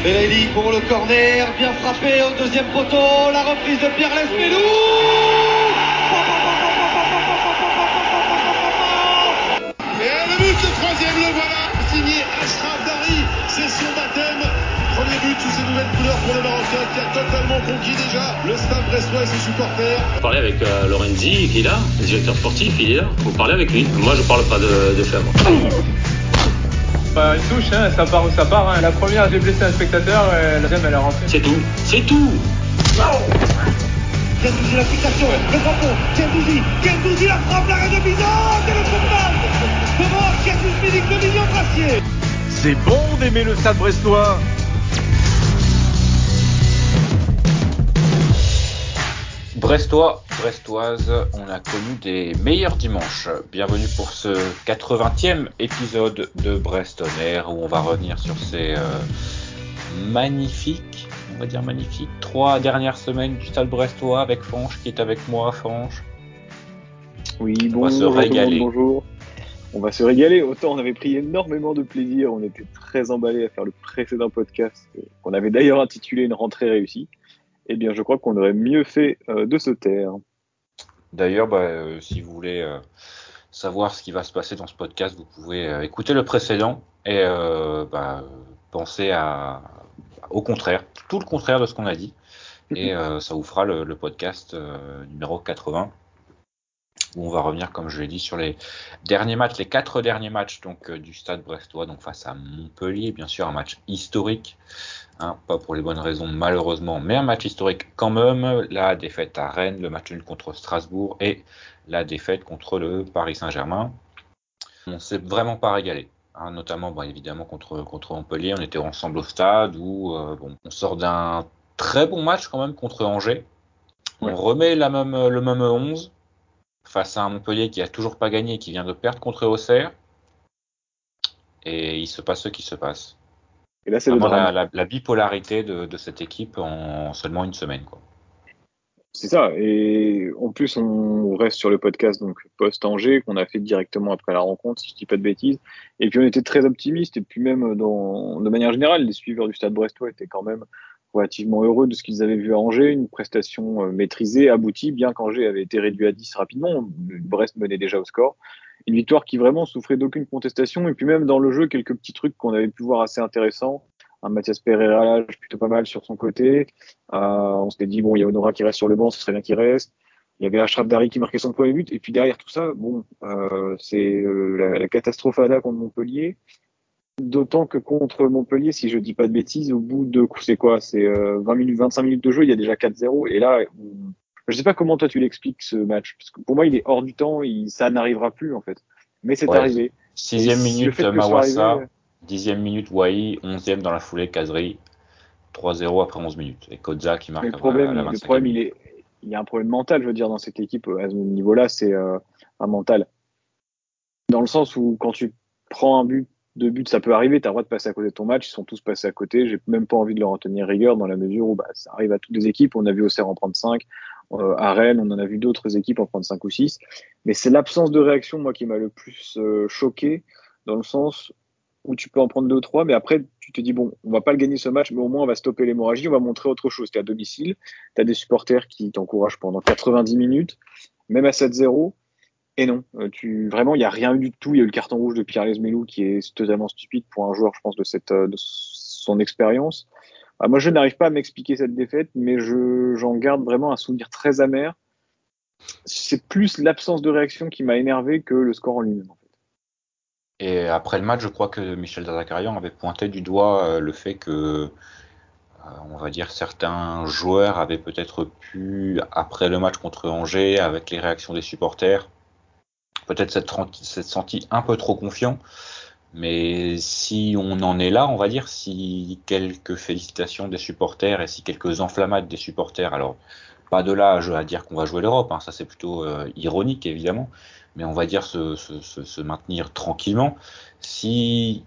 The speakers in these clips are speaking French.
Belaïli pour le corner, bien frappé au deuxième poteau, la reprise de Pierre Lesmelou. Et le but de troisième, le voilà, signé Achraf Dari, c'est son baptême. Premier but sous ses nouvelles couleurs pour le Marocain qui a totalement conquis déjà le stade brestois et ses supporters. Vous parlez avec Lorenzi qui est là, le directeur sportif, il est là, vous parlez avec lui. Moi je parle pas de Fèvre. Une touche, hein, ça part où ça part. Hein. La première, j'ai blessé un spectateur, et la deuxième, elle est rentrée. C'est tout, c'est tout. Gendouzi la fixation, le drapeau, Gendouzi la frappe, l'arrêt de Bizot, et le coup de balle devant Jesus Milik de Million Brassier. C'est bon d'aimer le stade brestois. Brestoise, on a connu des meilleurs dimanches. Bienvenue pour ce 80e épisode de Brest On Air où on va revenir sur ces magnifiques 3 dernières semaines du stade brestois avec Fanche qui est avec moi. Fanche. Oui, On va se régaler. Bonjour. On va se régaler. Autant on avait pris énormément de plaisir, on était très emballés à faire le précédent podcast qu'on avait d'ailleurs intitulé Une rentrée réussie. Eh bien, je crois qu'on aurait mieux fait de se taire. D'ailleurs, si vous voulez savoir ce qui va se passer dans ce podcast, vous pouvez écouter le précédent et penser au contraire, tout le contraire de ce qu'on a dit. Et ça vous fera le podcast numéro 80, où on va revenir, comme je l'ai dit, sur les derniers matchs, les 4 derniers matchs donc, du Stade brestois, donc face à Montpellier, bien sûr, un match historique. Pas pour les bonnes raisons malheureusement, mais un match historique quand même. La défaite à Rennes, le match nul contre Strasbourg et la défaite contre le Paris Saint-Germain. On s'est vraiment pas régalé, notamment évidemment contre Montpellier. On était ensemble au stade où on sort d'un très bon match quand même contre Angers. Ouais. On remet le même 11 face à un Montpellier qui a toujours pas gagné et qui vient de perdre contre Auxerre. Et il se passe ce qui se passe. Et là, c'est la bipolarité de cette équipe en seulement une semaine, quoi. C'est ça. Et en plus, on reste sur le podcast donc post-Angers qu'on a fait directement après la rencontre, si je dis pas de bêtises. Et puis on était très optimistes. Et puis même de manière générale, les suiveurs du Stade brestois étaient quand même relativement heureux de ce qu'ils avaient vu à Angers, une prestation maîtrisée, aboutie, bien qu'Angers avait été réduit à 10 rapidement. Brest menait déjà au score. Une victoire qui vraiment souffrait d'aucune contestation. Et puis même dans le jeu, quelques petits trucs qu'on avait pu voir assez intéressants. Un Mathias Pereira là, plutôt pas mal sur son côté. On s'était dit, bon, il y a Honora qui reste sur le banc, ce serait bien qu'il reste. Il y avait Achraf Dari qui marquait son premier but. Et puis derrière tout ça, c'est la catastrophe à la contre Montpellier. D'autant que contre Montpellier, si je dis pas de bêtises, au bout de, c'est quoi, c'est 20 minutes, 25 minutes de jeu, il y a déjà 4-0. Et là, je sais pas comment toi tu l'expliques ce match, parce que pour moi il est hors du temps, ça n'arrivera plus en fait. Mais c'est arrivé. 6e minute Mawassa, 10e minute Wai, 11e dans la foulée Kazri, 3-0 après 11 minutes. Et Kodza qui marque à la 25e. Le problème, il y a un problème mental, je veux dire, dans cette équipe à ce niveau-là, c'est un mental. Dans le sens où quand tu prends deux buts, ça peut arriver, tu as le droit de passer à côté de ton match, ils sont tous passés à côté, j'ai même pas envie de leur en tenir rigueur dans la mesure où ça arrive à toutes les équipes, on a vu Auxerre en prendre 5, à Rennes, on en a vu d'autres équipes en prendre 5 ou 6, mais c'est l'absence de réaction, moi, qui m'a le plus choqué, dans le sens où tu peux en prendre 2 ou 3, mais après, tu te dis, bon, on va pas le gagner ce match, mais au moins, on va stopper l'hémorragie, on va montrer autre chose. Tu es à domicile, tu as des supporters qui t'encouragent pendant 90 minutes, même à 7-0, et non, vraiment, il n'y a rien eu du tout. Il y a eu le carton rouge de Pierre Lesmelou qui est totalement stupide pour un joueur, je pense, de son expérience. Moi, je n'arrive pas à m'expliquer cette défaite, mais j'en garde vraiment un souvenir très amer. C'est plus l'absence de réaction qui m'a énervé que le score en lui-même. En fait. Et après le match, je crois que Michel Zakarian avait pointé du doigt le fait que, on va dire, certains joueurs avaient peut-être pu, après le match contre Angers, avec les réactions des supporters, peut-être s'être senti un peu trop confiant. Mais si on en est là, on va dire, si quelques félicitations des supporters et si quelques enflammades des supporters, alors pas de là à dire qu'on va jouer l'Europe, ça c'est plutôt ironique évidemment, mais on va dire se maintenir tranquillement. Si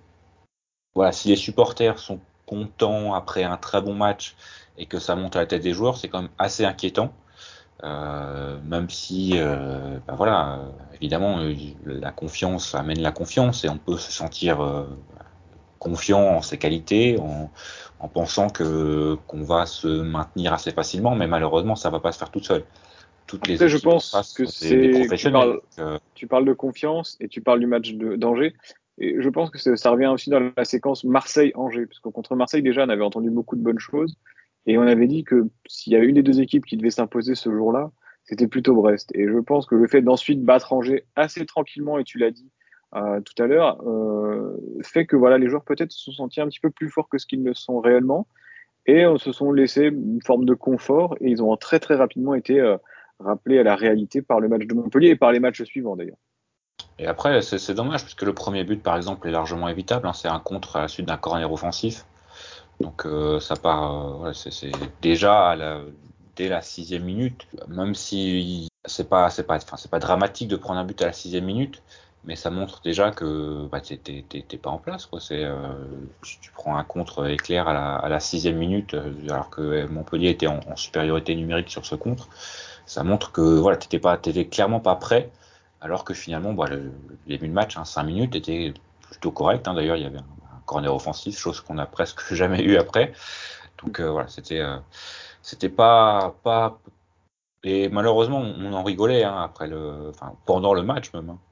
les supporters sont contents après un très bon match et que ça monte à la tête des joueurs, c'est quand même assez inquiétant. Même si, évidemment, la confiance amène la confiance et on peut se sentir confiant en ses qualités, en pensant qu'on va se maintenir assez facilement, mais malheureusement, ça va pas se faire toute seule. Toutes les Après, je équipes en pense face que sont des professionnels. tu parles de confiance et tu parles du match d'Angers. Et je pense que ça revient aussi dans la séquence Marseille-Angers, parce que contre Marseille, déjà, on avait entendu beaucoup de bonnes choses. Et on avait dit que s'il y avait une des deux équipes qui devait s'imposer ce jour-là, c'était plutôt Brest. Et je pense que le fait d'ensuite battre Angers assez tranquillement, et tu l'as dit tout à l'heure, fait que voilà, les joueurs peut-être se sont sentis un petit peu plus forts que ce qu'ils ne sont réellement. Et se sont laissés une forme de confort. Et ils ont très très rapidement été rappelés à la réalité par le match de Montpellier et par les matchs suivants d'ailleurs. Et après, c'est dommage, puisque le premier but, par exemple, est largement évitable. Hein, c'est un contre à la suite d'un corner offensif. Donc ça part, c'est déjà dès la 6e minute, même si c'est pas dramatique de prendre un but à la 6e minute, mais ça montre déjà que t'es pas en place, quoi. Tu prends un contre éclair à la 6e minute, alors que Montpellier était en supériorité numérique sur ce contre. Ça montre que voilà, t'étais clairement pas prêt, alors que finalement, le début de match, 5 minutes, était plutôt correct. Hein. D'ailleurs, il y avait un corner offensif, chose qu'on a presque jamais eu après. Donc voilà, c'était pas et malheureusement on en rigolait après pendant le match même. Hein.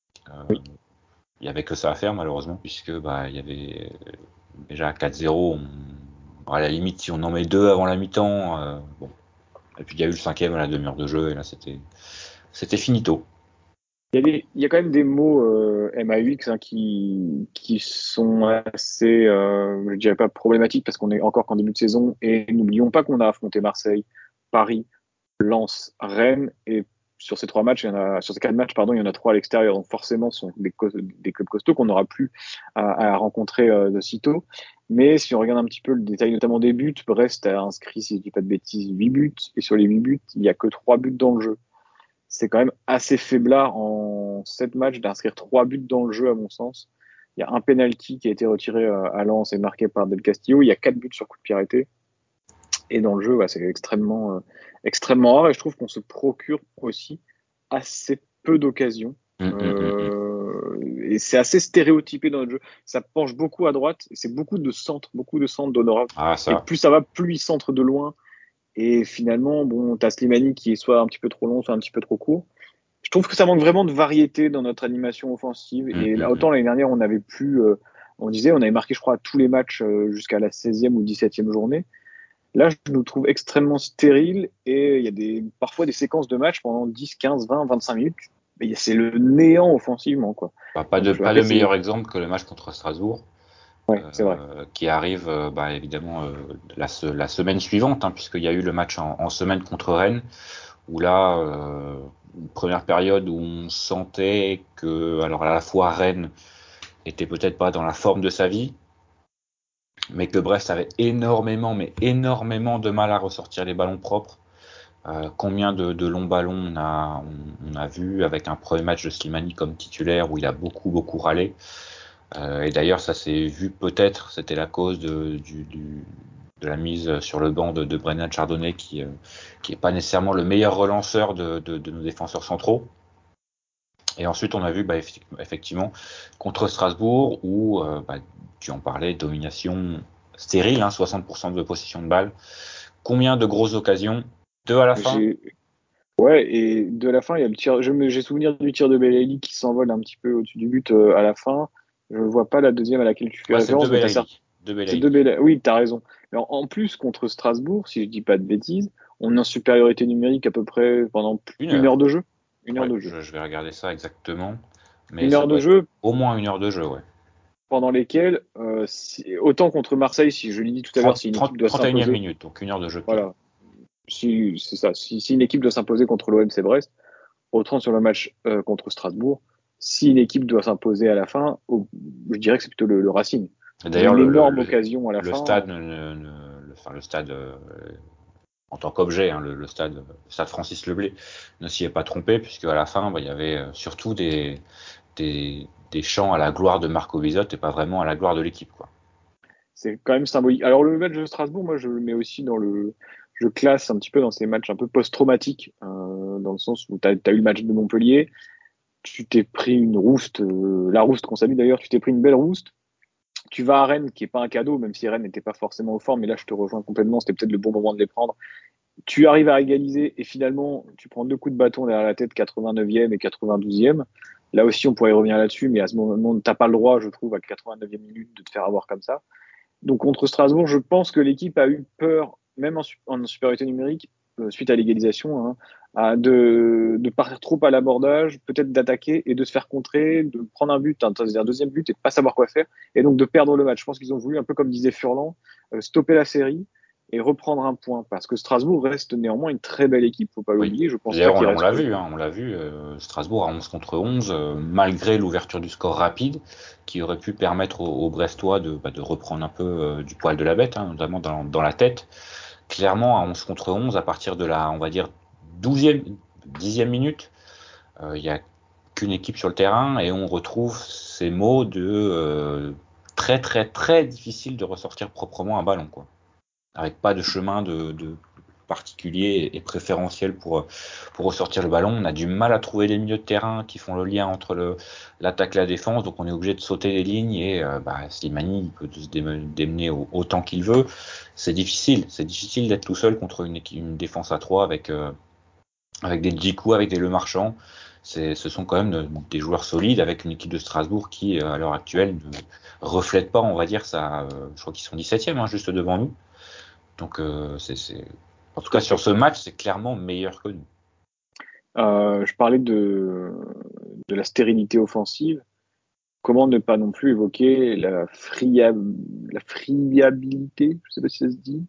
Il y avait que ça à faire malheureusement, puisque il y avait déjà 4-0. À la limite, si on en met 2 avant la mi-temps, bon. Et puis il y a eu le 5e à la demi-heure de jeu, et là c'était finito. Il y a quand même des mots MAUX qui sont assez, je dirais pas problématiques parce qu'on est encore qu'en début de saison et n'oublions pas qu'on a affronté Marseille, Paris, Lens, Rennes et sur ces 3 matchs, sur ces 4 matchs, pardon, il y en a 3 à l'extérieur. Donc forcément, ce sont des clubs costauds qu'on n'aura plus à rencontrer de sitôt. Mais si on regarde un petit peu le détail, notamment des buts, Brest a inscrit, si je dis pas de bêtises, 8 buts et sur les 8 buts, il y a que 3 buts dans le jeu. C'est quand même assez faiblard en 7 matchs d'inscrire 3 buts dans le jeu, à mon sens. Il y a un penalty qui a été retiré à Lens et marqué par Del Castillo. Il y a 4 buts sur coup de pied arrêté. Et dans le jeu, c'est extrêmement rare. Et je trouve qu'on se procure aussi assez peu d'occasions. Et c'est assez stéréotypé dans notre jeu. Ça penche beaucoup à droite. C'est beaucoup de centres d'honorables. Et plus ça va, plus il centre de loin. Et finalement, bon, t'as Slimani qui est soit un petit peu trop long, soit un petit peu trop court. Je trouve que ça manque vraiment de variété dans notre animation offensive. Et là, autant l'année dernière, on avait on avait marqué, je crois, à tous les matchs jusqu'à la 16e ou 17e journée. Là, je nous trouve extrêmement stérile et il y a parfois des séquences de matchs pendant 10, 15, 20, 25 minutes. Mais c'est le néant offensivement, quoi. Pas de meilleur exemple que le match contre Strasbourg. Ouais, c'est vrai. Qui arrive évidemment la semaine suivante, hein, puisqu'il y a eu le match en semaine contre Rennes, où là, une première période où on sentait que, alors à la fois Rennes était peut-être pas dans la forme de sa vie, mais que Brest avait énormément de mal à ressortir les ballons propres. Combien de longs ballons on a vu avec un premier match de Slimani comme titulaire où il a beaucoup râlé. Et d'ailleurs, ça s'est vu peut-être, c'était la cause de la mise sur le banc de Brennan Chardonnay qui est pas nécessairement le meilleur relanceur de nos défenseurs centraux. Et ensuite, on a vu effectivement contre Strasbourg où tu en parlais, domination stérile, 60% de possession de balle. Combien de grosses occasions? 2 à la fin? Ouais, et de la fin, il y a le tir. J'ai souvenir du tir de Belaïli qui s'envole un petit peu au-dessus du but à la fin. Je ne vois pas la deuxième à laquelle tu fais référence. C'est de Belaïli. Oui, tu as raison. Mais en plus, contre Strasbourg, si je dis pas de bêtises, on est en supériorité numérique à peu près pendant une heure de jeu. Heure de jeu. Je vais regarder ça exactement. Mais une heure de jeu. Au moins 1 heure de jeu, ouais. Pendant lesquelles, autant contre Marseille, si je l'ai dit tout à l'heure, si une équipe doit 31e minute, donc 1 heure de jeu. Voilà. C'est ça. Si une équipe doit s'imposer contre l'OM, c'est Brest. Autant sur le match contre Strasbourg, si une équipe doit s'imposer à la fin, je dirais que c'est plutôt le Racing. D'ailleurs, une énorme occasion à la fin. Le stade en tant qu'objet, le stade Francis Leblay ne s'y est pas trompé, puisque à la fin, il y avait surtout des chants à la gloire de Marco Bizotte et pas vraiment à la gloire de l'équipe, quoi. C'est quand même symbolique. Alors le match de Strasbourg, moi je le mets aussi je classe un petit peu dans ces matchs un peu post-traumatiques, dans le sens où tu as eu le match de Montpellier, tu t'es pris une rouste, la rouste qu'on salue d'ailleurs, tu t'es pris une belle rouste, Tu vas à Rennes, qui est pas un cadeau, même si Rennes n'était pas forcément au fort, mais là je te rejoins complètement, c'était peut-être le bon moment de les prendre. Tu arrives à égaliser et finalement tu prends 2 coups de bâton derrière la tête, 89e et 92e. Là aussi on pourrait y revenir là-dessus, mais à ce moment, t'as pas le droit, je trouve, à 89e minute de te faire avoir comme ça. Donc contre Strasbourg, je pense que l'équipe a eu peur, même en supériorité numérique, suite à l'égalisation, hein, de partir trop à l'abordage, peut-être d'attaquer et de se faire contrer, de prendre un but, un deuxième but et de pas savoir quoi faire, et donc de perdre le match. Je pense qu'ils ont voulu, un peu comme disait Furlan, stopper la série et reprendre un point, parce que Strasbourg reste néanmoins une très belle équipe, faut pas Oui. l'oublier. Je pense pas D'ailleurs, qu'il on reste. l'a vu, Strasbourg à 11 contre 11, malgré l'ouverture du score rapide, qui aurait pu permettre aux Brestois de reprendre un peu du poil de la bête, hein, notamment dans la tête. Clairement, à 11 contre 11, à partir de la, on va dire, 10e minute, il n'y a qu'une équipe sur le terrain et on retrouve ces mots de très très très difficile de ressortir proprement un ballon, quoi. Avec pas de chemin de particulier et préférentiel pour ressortir le ballon. On a du mal à trouver les milieux de terrain qui font le lien entre l'attaque et la défense, donc on est obligé de sauter les lignes et Slimani il peut se démener autant qu'il veut. C'est difficile d'être tout seul contre une défense à 3 avec des Djikou, avec des Le Marchand. Ce sont quand même des joueurs solides avec une équipe de Strasbourg qui, à l'heure actuelle, ne reflète pas, on va dire, ça. Je crois qu'ils sont 17e, hein, juste devant nous. Donc, en tout cas, sur ce match, c'est clairement meilleur que nous. Je parlais de la stérilité offensive. Comment ne pas non plus évoquer la friabilité, je sais pas si ça se dit.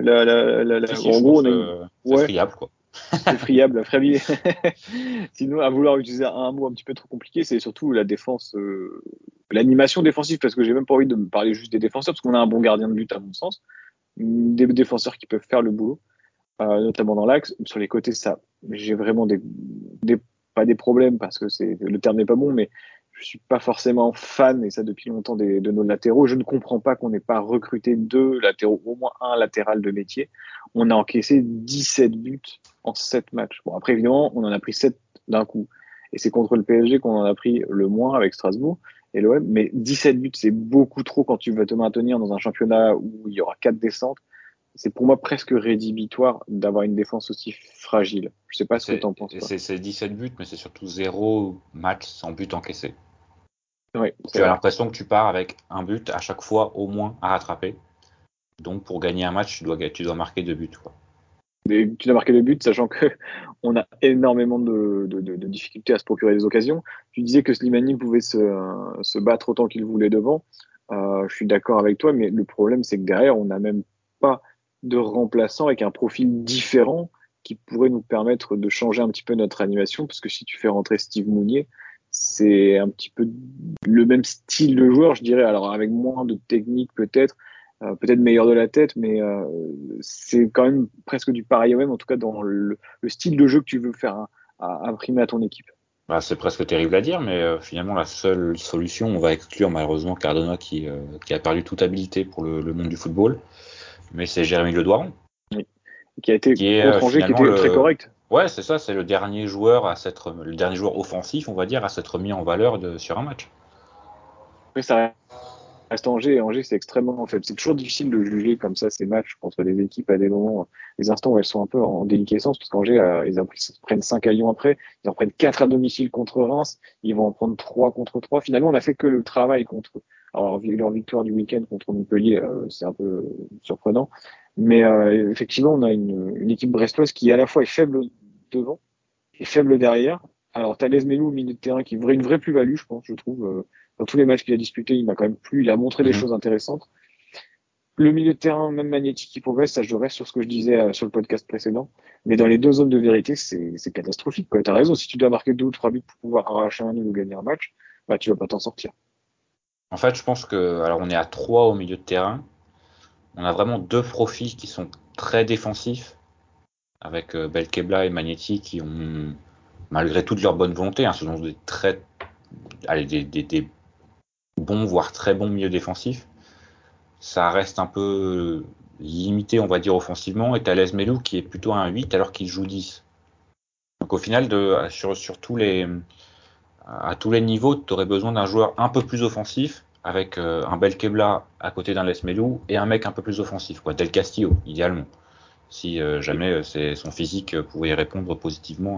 Si, En je gros, pense on a que c'est ouais, friable, quoi. c'est friable, la friabilité. Sinon, à vouloir utiliser un mot un petit peu trop compliqué, c'est surtout la défense, l'animation défensive, parce que j'ai même pas envie de me parler juste des défenseurs, parce qu'on a un bon gardien de but à mon sens, des défenseurs qui peuvent faire le boulot, notamment dans l'axe. Sur les côtés, ça, j'ai vraiment pas des problèmes parce que le terme n'est pas bon, mais je suis pas forcément fan, et ça depuis longtemps, de nos latéraux. Je ne comprends pas qu'on n'ait pas recruté 2 latéraux, au moins un latéral de métier. On a encaissé 17 buts en 7 matchs. Bon, après, évidemment, on en a pris 7 d'un coup. Et c'est contre le PSG qu'on en a pris le moins avec Strasbourg et l'OM. Mais 17 buts, c'est beaucoup trop quand tu veux te maintenir dans un championnat où il y aura 4 descentes. C'est pour moi presque rédhibitoire d'avoir une défense aussi fragile. Je sais pas ce que tu en penses, toi. C'est 17 buts, mais c'est surtout 0 match sans but encaissé. Oui, Tu as l'impression que tu pars avec un but à chaque fois au moins à rattraper. Donc pour gagner un match, tu dois marquer 2 buts, quoi. Et tu dois marquer le but, sachant que on a énormément de difficultés à se procurer des occasions. Tu disais que Slimani pouvait se battre autant qu'il voulait devant. Je suis d'accord avec toi, mais le problème, c'est que derrière, on n'a même pas de remplaçant avec un profil différent qui pourrait nous permettre de changer un petit peu notre animation, parce que si tu fais rentrer Steve Mounier, c'est un petit peu le même style de joueur, je dirais, alors avec moins de technique peut-être, peut-être meilleur de la tête, mais c'est quand même presque du pareil au même, en tout cas dans le style de jeu que tu veux faire imprimer à ton équipe. Bah, c'est presque terrible à dire, mais finalement la seule solution, on va exclure malheureusement Cardona qui a perdu toute habilité pour le monde du football, mais c'est Jérémy Le Doiron. Oui. Qui a été Qui est contre Angers, qui finalement était très correct. Ouais, c'est ça, c'est le dernier joueur le dernier joueur offensif, on va dire, à s'être mis en valeur sur un match. Oui, ça reste Angers, et Angers, c'est extrêmement faible. C'est toujours difficile de juger comme ça ces matchs contre des équipes à des moments, des instants où elles sont un peu en déliquescence, parce qu'Angers, ils prennent 5 à Lyon après, ils en prennent 4 à domicile contre Reims, ils vont en prendre 3 contre 3. Finalement, on a fait que le travail contre eux. Alors, leur victoire du week-end contre Montpellier, c'est un peu surprenant. Mais effectivement, on a une équipe brestoise qui à la fois est faible devant et faible derrière. Alors, t'as Melou au milieu de terrain qui est une vraie plus-value, je pense, je trouve. Dans tous les matchs qu'il a disputés, il m'a quand même plu. Il a montré des choses intéressantes. Le milieu de terrain, même Magnétique qui progresse, ça je reste sur ce que je disais sur le podcast précédent. Mais dans les 2 zones de vérité, c'est catastrophique, quoi. T'as raison, si tu dois marquer 2 ou 3 buts pour pouvoir arracher un nul ou gagner un match, bah tu vas pas t'en sortir. En fait, je pense alors on est à 3 au milieu de terrain. On a vraiment 2 profils qui sont très défensifs, avec Belkebla et Magnetti qui ont, malgré toute leur bonne volonté, ce sont des bons, voire très bons milieux défensifs. Ça reste un peu limité, on va dire, offensivement, et t'as Les Melou qui est plutôt un 8 alors qu'il joue 10. Donc au final, à tous les niveaux, tu aurais besoin d'un joueur un peu plus offensif, avec un Belkebla à côté d'un Lesmelou et un mec un peu plus offensif, quoi, Del Castillo, idéalement. Si jamais son physique pouvait y répondre positivement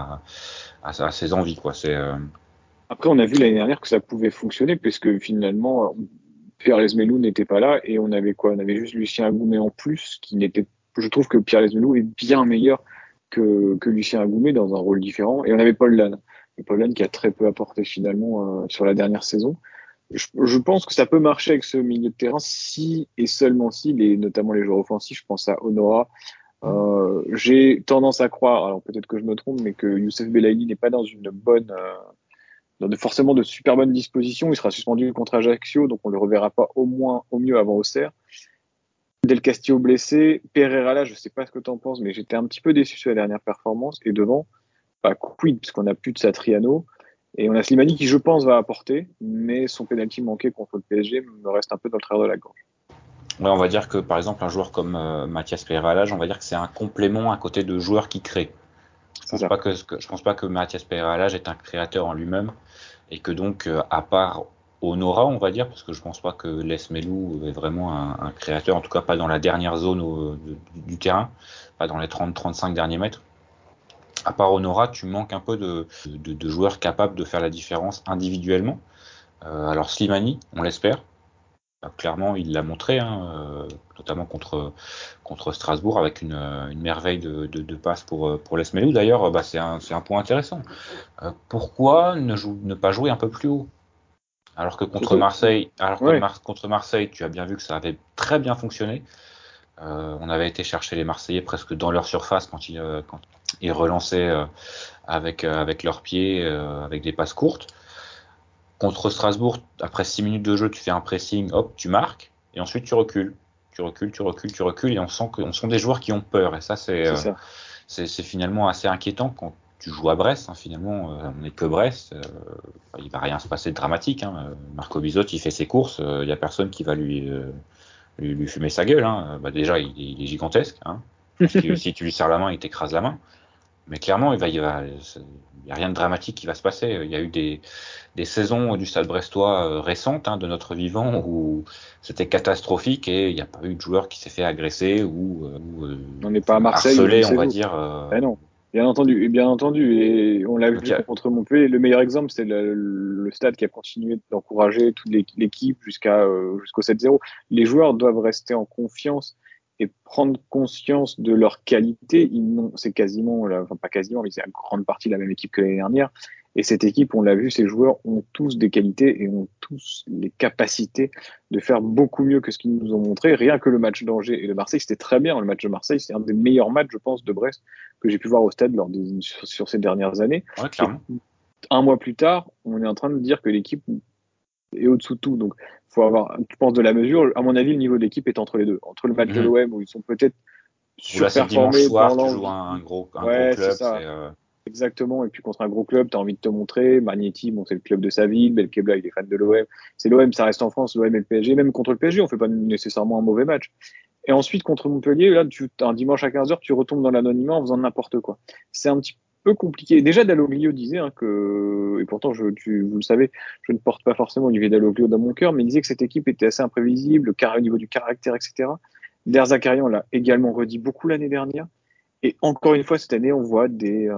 à ses envies, quoi. Après, on a vu l'année dernière que ça pouvait fonctionner, puisque finalement, Pierre Lesmelou n'était pas là, et on avait quoi? On avait juste Lucien Agoumet en plus, je trouve que Pierre Lesmelou est bien meilleur que Lucien Agoumet dans un rôle différent, et on avait Paul Lannes. Et Paul Lannes qui a très peu apporté finalement sur la dernière saison. Je pense que ça peut marcher avec ce milieu de terrain si et seulement si, notamment les joueurs offensifs, je pense à Honora. J'ai tendance à croire, alors peut-être que je me trompe, mais que Youssef Belaïli n'est pas dans une bonne, forcément de super bonnes dispositions. Il sera suspendu contre Ajaccio, donc on le reverra pas au mieux avant Auxerre. Del Castillo blessé, Pereira là, je sais pas ce que tu en penses, mais j'étais un petit peu déçu sur la dernière performance. Et devant, quid, parce qu'on a plus de Satriano. Et on a Slimani qui, je pense, va apporter, mais son penalty manqué contre le PSG me reste un peu dans le travers de la gorge. Ouais, on va dire que par exemple un joueur comme Mathias Pereira-Lage, on va dire que c'est un complément à côté de joueurs qui créent. Je pense pas que Mathias Pereira-Lage est un créateur en lui-même et que donc à part Honora, on va dire, parce que je pense pas que Lesmelou est vraiment un créateur, en tout cas pas dans la dernière zone du terrain, pas dans les 30-35 derniers mètres. À part Honora, tu manques un peu de joueurs capables de faire la différence individuellement. Alors Slimani, on l'espère. Clairement, il l'a montré, notamment contre Strasbourg, avec une merveille de passe pour Lesmelou. D'ailleurs, c'est un point intéressant. Pourquoi ne pas jouer un peu plus haut? Alors que contre Marseille, contre Marseille, tu as bien vu que ça avait très bien fonctionné. On avait été chercher les Marseillais presque dans leur surface quand ils relançaient avec leurs pieds, avec des passes courtes. Contre Strasbourg, après 6 minutes de jeu, tu fais un pressing, hop, tu marques, et ensuite tu recules. Tu recules, et on sent des joueurs qui ont peur. Et ça, c'est finalement assez inquiétant quand tu joues à Brest. Finalement, on n'est que Brest. Il va rien se passer de dramatique. Marco Bizot, il fait ses courses, il n'y a personne qui va lui fumer sa gueule. Déjà, il est gigantesque. Si tu lui serres la main, il t'écrase la main. Mais clairement, il y a rien de dramatique qui va se passer. Il y a eu des saisons du Stade Brestois récentes de notre vivant où c'était catastrophique et il n'y a pas eu de joueur qui s'est fait agresser ou on n'est pas à Marseille harcelé, on va dire. Non, bien entendu, et on l'a vu contre Montpellier. Le meilleur exemple, c'est le Stade qui a continué d'encourager toute l'équipe jusqu'au 7-0. Les joueurs doivent rester en confiance et prendre conscience de leur qualité. C'est quasiment, enfin pas quasiment, mais c'est en grande partie la même équipe que l'année dernière. Et cette équipe, on l'a vu, ces joueurs ont tous des qualités et ont tous les capacités de faire beaucoup mieux que ce qu'ils nous ont montré. Rien que le match d'Angers et de Marseille, c'était très bien. Le match de Marseille, c'est un des meilleurs matchs, je pense, de Brest que j'ai pu voir au stade sur ces dernières années. Ouais, clairement. Et un mois plus tard, on est en train de dire que l'équipe est au-dessous de tout. Donc, faut avoir, je pense, de la mesure. À mon avis, le niveau de l'équipe est entre les deux. Entre le match de l'OM, où ils sont peut-être surperformés soir, tu joues un gros club. C'est ça. Exactement. Et puis contre un gros club, tu as envie de te montrer. Magnetti, c'est le club de sa ville. Belkebla, il est fan de l'OM. C'est l'OM, ça reste en France. L'OM et le PSG. Même contre le PSG, on fait pas nécessairement un mauvais match. Et ensuite, contre Montpellier, là, un dimanche à 15h, tu retombes dans l'anonymat en faisant n'importe quoi. C'est un petit peu compliqué. Déjà, Dalloglio disait et pourtant, vous le savez, je ne porte pas forcément Olivier Dalloglio dans mon cœur, mais il disait que cette équipe était assez imprévisible, au niveau du caractère, etc. Der Zakarian l'a également redit beaucoup l'année dernière. Et encore une fois, cette année, on voit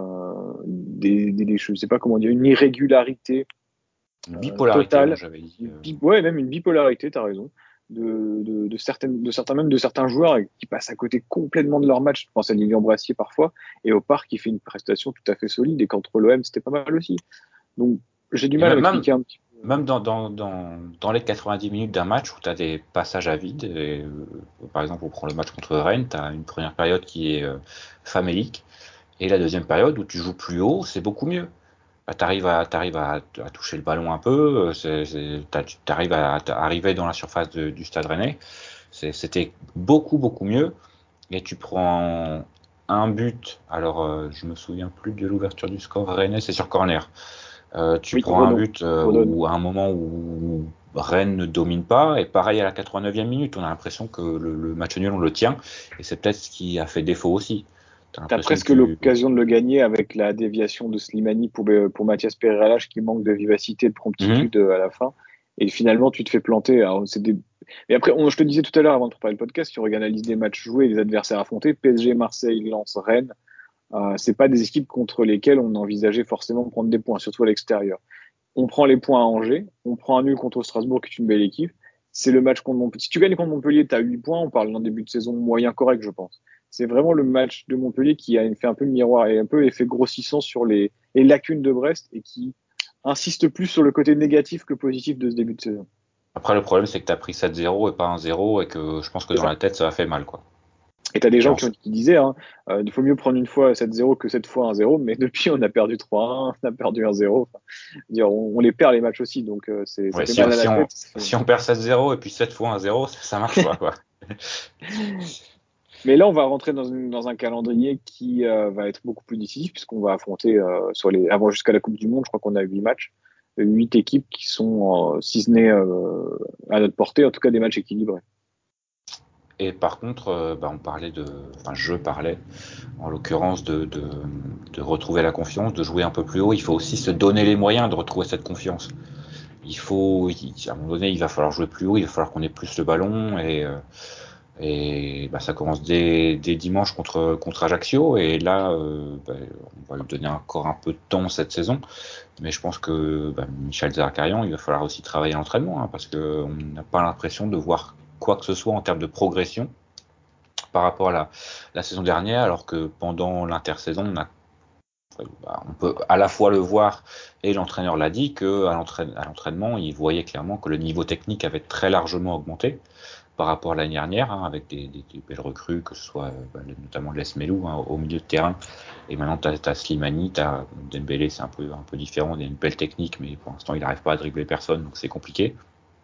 je ne sais pas comment dire, une irrégularité bipolarité, totale. J'avais dit. Même une bipolarité, t'as raison. De certains joueurs qui passent à côté complètement de leur match. Je pense à Lilian Brassier parfois, et au parc, qui fait une prestation tout à fait solide, et contre l'OM, c'était pas mal aussi. Donc, j'ai du mal à m'expliquer un petit peu. Même dans les 90 minutes d'un match où tu as des passages à vide, par exemple, on prend le match contre Rennes, tu as une première période qui est famélique, et la deuxième période où tu joues plus haut, c'est beaucoup mieux. Tu arrives à toucher le ballon un peu, tu arrives à arriver dans la surface du Stade Rennais. C'était beaucoup, beaucoup mieux. Et tu prends un but, alors je me souviens plus de l'ouverture du score Rennais, c'est sur corner. Tu prends un but ou à un moment où Rennes ne domine pas, et pareil à la 89e minute, on a l'impression que le match nul on le tient, et c'est peut-être ce qui a fait défaut aussi. T'as presque l'occasion de le gagner avec la déviation de Slimani pour Mathias Pereira qui manque de vivacité et de promptitude à la fin. Et finalement, tu te fais planter. Alors, mais après, je te disais tout à l'heure, avant de préparer le podcast, si on regarde la liste des matchs joués et les adversaires affrontés, PSG, Marseille, Lens, Rennes, c'est pas des équipes contre lesquelles on envisageait forcément de prendre des points, surtout à l'extérieur. On prend les points à Angers, on prend un nul contre Strasbourg, qui est une belle équipe. C'est le match contre Montpellier. Si tu gagnes contre Montpellier, tu as 8 points, on parle d'un début de saison moyen correct, je pense. C'est vraiment le match de Montpellier qui a fait un peu le miroir et un peu effet grossissant sur les lacunes de Brest et qui insiste plus sur le côté négatif que positif de ce début de saison. Après, le problème, c'est que tu as pris 7-0 et pas 1-0 et que je pense que dans la tête, ça a fait mal, quoi. Et t'as des gens qui disaient, il faut mieux prendre une fois 7-0 que 7 fois 1-0, mais depuis, on a perdu 3-1, on a perdu 1-0. Enfin, on les perd les matchs aussi, donc ça fait mal à la tête. Si on perd 7-0 et puis 7 fois 1-0, ça marche pas, quoi. Mais là, on va rentrer dans un calendrier qui va être beaucoup plus décisif, puisqu'on va affronter avant jusqu'à la Coupe du Monde, je crois qu'on a 8 matchs, 8 équipes qui sont, si ce n'est à notre portée, en tout cas des matchs équilibrés. Et par contre, je parlais, en l'occurrence, de retrouver la confiance, de jouer un peu plus haut. Il faut aussi se donner les moyens de retrouver cette confiance. À un moment donné, il va falloir jouer plus haut, il va falloir qu'on ait plus le ballon et ça commence dès dimanche contre Ajaccio. Et là, on va lui donner encore un peu de temps cette saison. Mais je pense que Michel Zakarian, il va falloir aussi travailler à l'entraînement, parce qu'on n'a pas l'impression de voir quoi que ce soit en termes de progression par rapport à la saison dernière, alors que pendant l'intersaison, on peut à la fois le voir, et l'entraîneur l'a dit, qu'à l'entraînement, il voyait clairement que le niveau technique avait très largement augmenté par rapport à l'année dernière, avec des belles recrues, que ce soit notamment Les Melou au milieu de terrain, et maintenant t'as Slimani, t'as Dembélé, c'est un peu différent, il a une belle technique, mais pour l'instant il n'arrive pas à dribbler personne, donc c'est compliqué.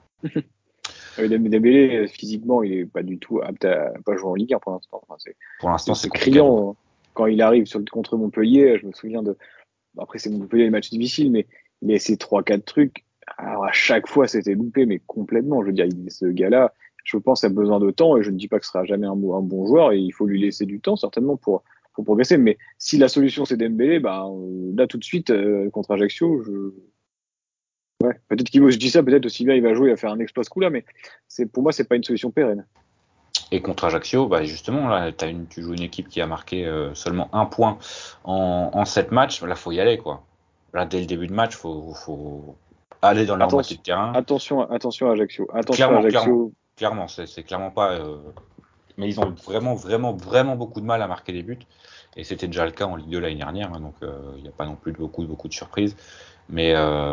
Dembélé, physiquement, il est pas du tout apte à pas jouer en Ligue 1 pour l'instant. Pour l'instant, c'est criant quand il arrive contre Montpellier. Je me souviens après c'est Montpellier, les matchs difficiles, mais il a essayé 3-4 trucs. Alors à chaque fois, c'était loupé, mais complètement. Je veux dire, ce gars-là, je pense, a besoin de temps, et je ne dis pas que ce sera jamais un bon joueur, et il faut lui laisser du temps certainement pour progresser. Mais si la solution c'est Dembélé, là tout de suite contre Ajaccio, peut-être je dis ça, peut-être aussi bien il va jouer, il va faire un exploit ce coup-là, mais pour moi, c'est pas une solution pérenne. Et contre Ajaccio, justement, là, tu joues une équipe qui a marqué seulement 1 point en 7 matchs. Là, faut y aller, quoi. Là, dès le début de match, faut aller dans leur moitié de terrain. Attention à Ajaccio. Clairement, c'est clairement pas. Mais ils ont vraiment, vraiment, vraiment beaucoup de mal à marquer des buts. Et c'était déjà le cas en Ligue 2 l'année dernière, donc il n'y a pas non plus beaucoup de surprises. Mais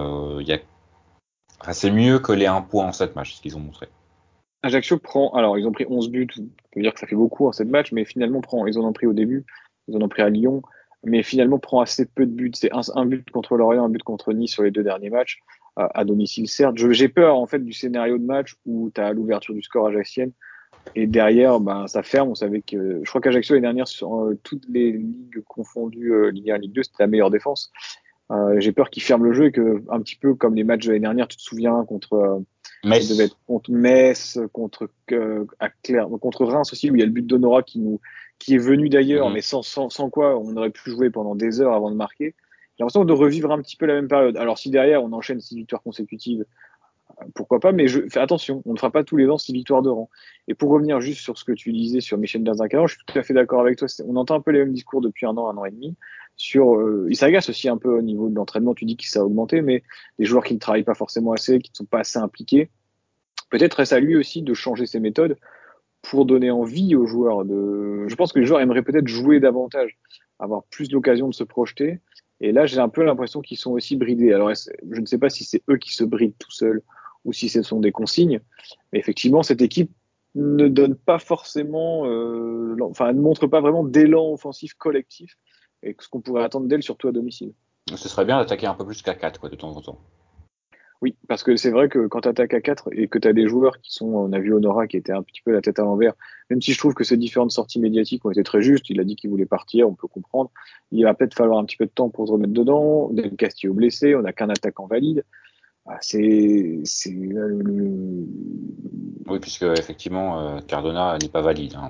c'est mieux que les 1 point en 7 matchs, ce qu'ils ont montré. Ajaccio alors ils ont pris 11 buts, ça veut dire que ça fait beaucoup en 7 matchs, mais finalement ils en ont pris au début, ils en ont pris à Lyon, mais finalement prend assez peu de buts. C'est un but contre Lorient, un but contre Nice sur les 2 derniers matchs, à domicile certes. J'ai peur en fait du scénario de match où tu as l'ouverture du score ajaxienne, et derrière ça ferme. On savait que, je crois qu'Ajaccio l'année dernière, sur toutes les ligues confondues, Ligue 1, Ligue 2, c'était la meilleure défense. J'ai peur qu'ils ferment le jeu et que, un petit peu comme les matchs de l'année dernière, tu te souviens, ça devait être contre Metz, contre Reims aussi, où il y a le but d'Honora qui est venu d'ailleurs, mais sans quoi on aurait pu jouer pendant des heures avant de marquer. J'ai l'impression de revivre un petit peu la même période. Alors si derrière on enchaîne 6 victoires consécutives, pourquoi pas, mais fais attention, on ne fera pas tous les ans 6 victoires de rang. Et pour revenir juste sur ce que tu disais sur Michel Derzakarian, je suis tout à fait d'accord avec toi. On entend un peu les mêmes discours depuis 1 an et demi. Il s'agace aussi un peu au niveau de l'entraînement. Tu dis que ça a augmenté, mais les joueurs qui ne travaillent pas forcément assez, qui ne sont pas assez impliqués. Peut-être est-ce à lui aussi de changer ses méthodes pour donner envie aux joueurs. Je pense que les joueurs aimeraient peut-être jouer davantage, avoir plus l'occasion de se projeter. Et là, j'ai un peu l'impression qu'ils sont aussi bridés. Alors, je ne sais pas si c'est eux qui se brident tout seuls ou si ce sont des consignes. Mais effectivement, cette équipe ne donne pas forcément, ne montre pas vraiment d'élan offensif collectif, et ce qu'on pourrait attendre d'elle, surtout à domicile. Ce serait bien d'attaquer un peu plus qu'à 4, de temps en temps. Oui, parce que c'est vrai que quand tu attaques à 4 et que tu as des joueurs qui sont, on a vu Honora qui était un petit peu la tête à l'envers, même si je trouve que ces différentes sorties médiatiques ont été très justes, il a dit qu'il voulait partir, on peut comprendre. Il va peut-être falloir un petit peu de temps pour se remettre dedans. Del Castillo blessé, on n'a qu'un attaquant valide. Oui, puisque effectivement Cardona n'est pas valide.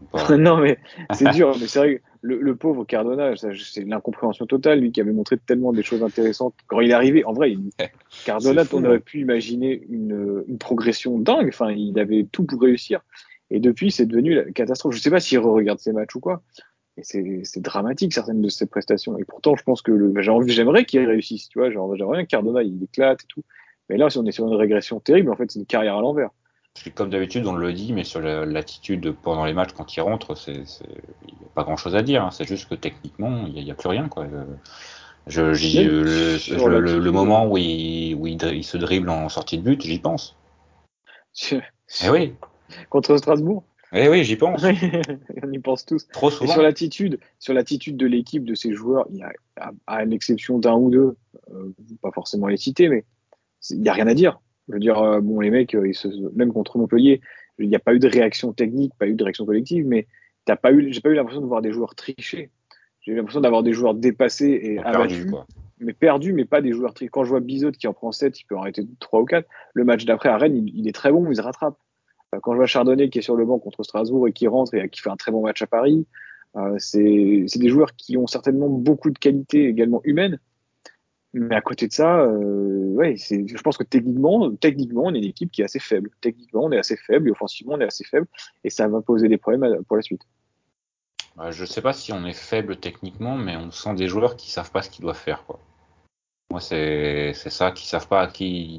pas. Non, mais c'est dur. Mais c'est vrai que le pauvre Cardona, c'est l'incompréhension totale, lui qui avait montré tellement des choses intéressantes. Quand il est arrivé, en vrai, Cardona, C'est fou, on hein. aurait pu imaginer une progression dingue. Enfin, il avait tout pour réussir. Et depuis, c'est devenu la catastrophe. Je sais pas s'il regarde ses matchs ou quoi. Et c'est dramatique, certaines de ses prestations. Et pourtant, je pense que j'aimerais qu'il réussisse. Tu vois, genre, j'aimerais bien que Cardona, il éclate et tout. Mais là, si on est sur une régression terrible, en fait, c'est une carrière à l'envers. Parce que comme d'habitude, on le dit, mais sur l'attitude pendant les matchs quand il rentre, il n'y a pas grand-chose à dire, hein. C'est juste que techniquement, il y a plus rien, quoi. Même sur Le l'attitude, moment il se dribble en sortie de but, j'y pense. Eh oui, contre Strasbourg. eh oui, j'y pense. On y pense tous. Trop Et souvent. sur l'attitude de l'équipe, de ces joueurs, il y a, à l'exception d'un ou deux, pas forcément les citer, mais il n'y a rien à dire. Je veux dire, bon, les mecs, même contre Montpellier, il n'y a pas eu de réaction technique, pas eu de réaction collective, mais j'ai pas eu l'impression de voir des joueurs tricher. J'ai eu l'impression d'avoir des joueurs dépassés et Perdu, abattus, quoi. mais perdus, mais pas des joueurs trichés. Quand je vois Bizot qui en prend 7, il peut en arrêter 3 ou 4. Le match d'après à Rennes, il est très bon, il se rattrape. Quand je vois Chardonnay qui est sur le banc contre Strasbourg et qui rentre et qui fait un très bon match à Paris, c'est des joueurs qui ont certainement beaucoup de qualités également humaines. Mais à côté de ça, ouais, je pense que techniquement, on est une équipe qui est assez faible. Techniquement, on est assez faible et offensivement, on est assez faible. Et ça va poser des problèmes pour la suite. Je sais pas si on est faible techniquement, mais on sent des joueurs qui savent pas ce qu'ils doivent faire, quoi. Moi, c'est ça, qui savent pas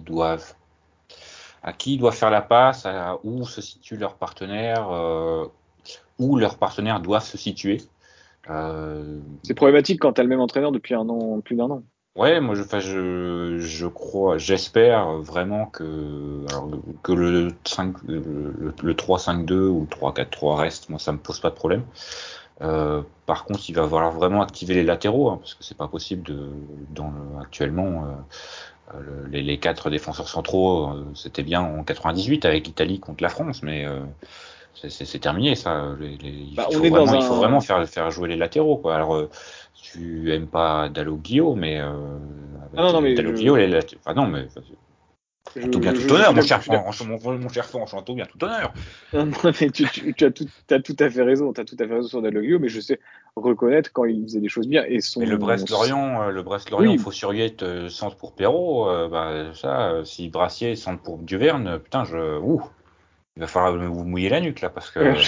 à qui ils doivent faire la passe, où se situe leur partenaire, où leurs partenaires doivent se situer. Euh, C'est problématique quand tu as le même entraîneur depuis un an, plus d'un an. ouais, moi, je crois, j'espère vraiment que le 5, le 3-5-2 ou le 3-4-3 reste. Moi, ça me pose pas de problème. Par contre, il va falloir vraiment activer les latéraux, hein, parce que c'est pas possible actuellement. Les quatre défenseurs centraux, c'était bien en 98 avec l'Italie contre la France, mais c'est terminé ça. Bah, on est dans Il faut vraiment un. faire jouer les latéraux, quoi. Alors, tu aimes pas Dalloglio, mais Ah non, avec non, mais Dalloglio, les latéraux. Enfin non, mais en tout bien, tout je honneur, suis mon d'accord. cher, mon cher Franck, en tout bien, tout honneur. Non, non, mais t'as tout à fait raison. T'as tout à fait raison sur Dalloglio, mais je sais reconnaître quand il faisait des choses bien. Et Mais le Brest-Lorient, Oui, Fossurriette, centre pour Perrault, bah ça, si Brassier centre pour Duverne, putain, il va falloir vous mouiller la nuque là, parce que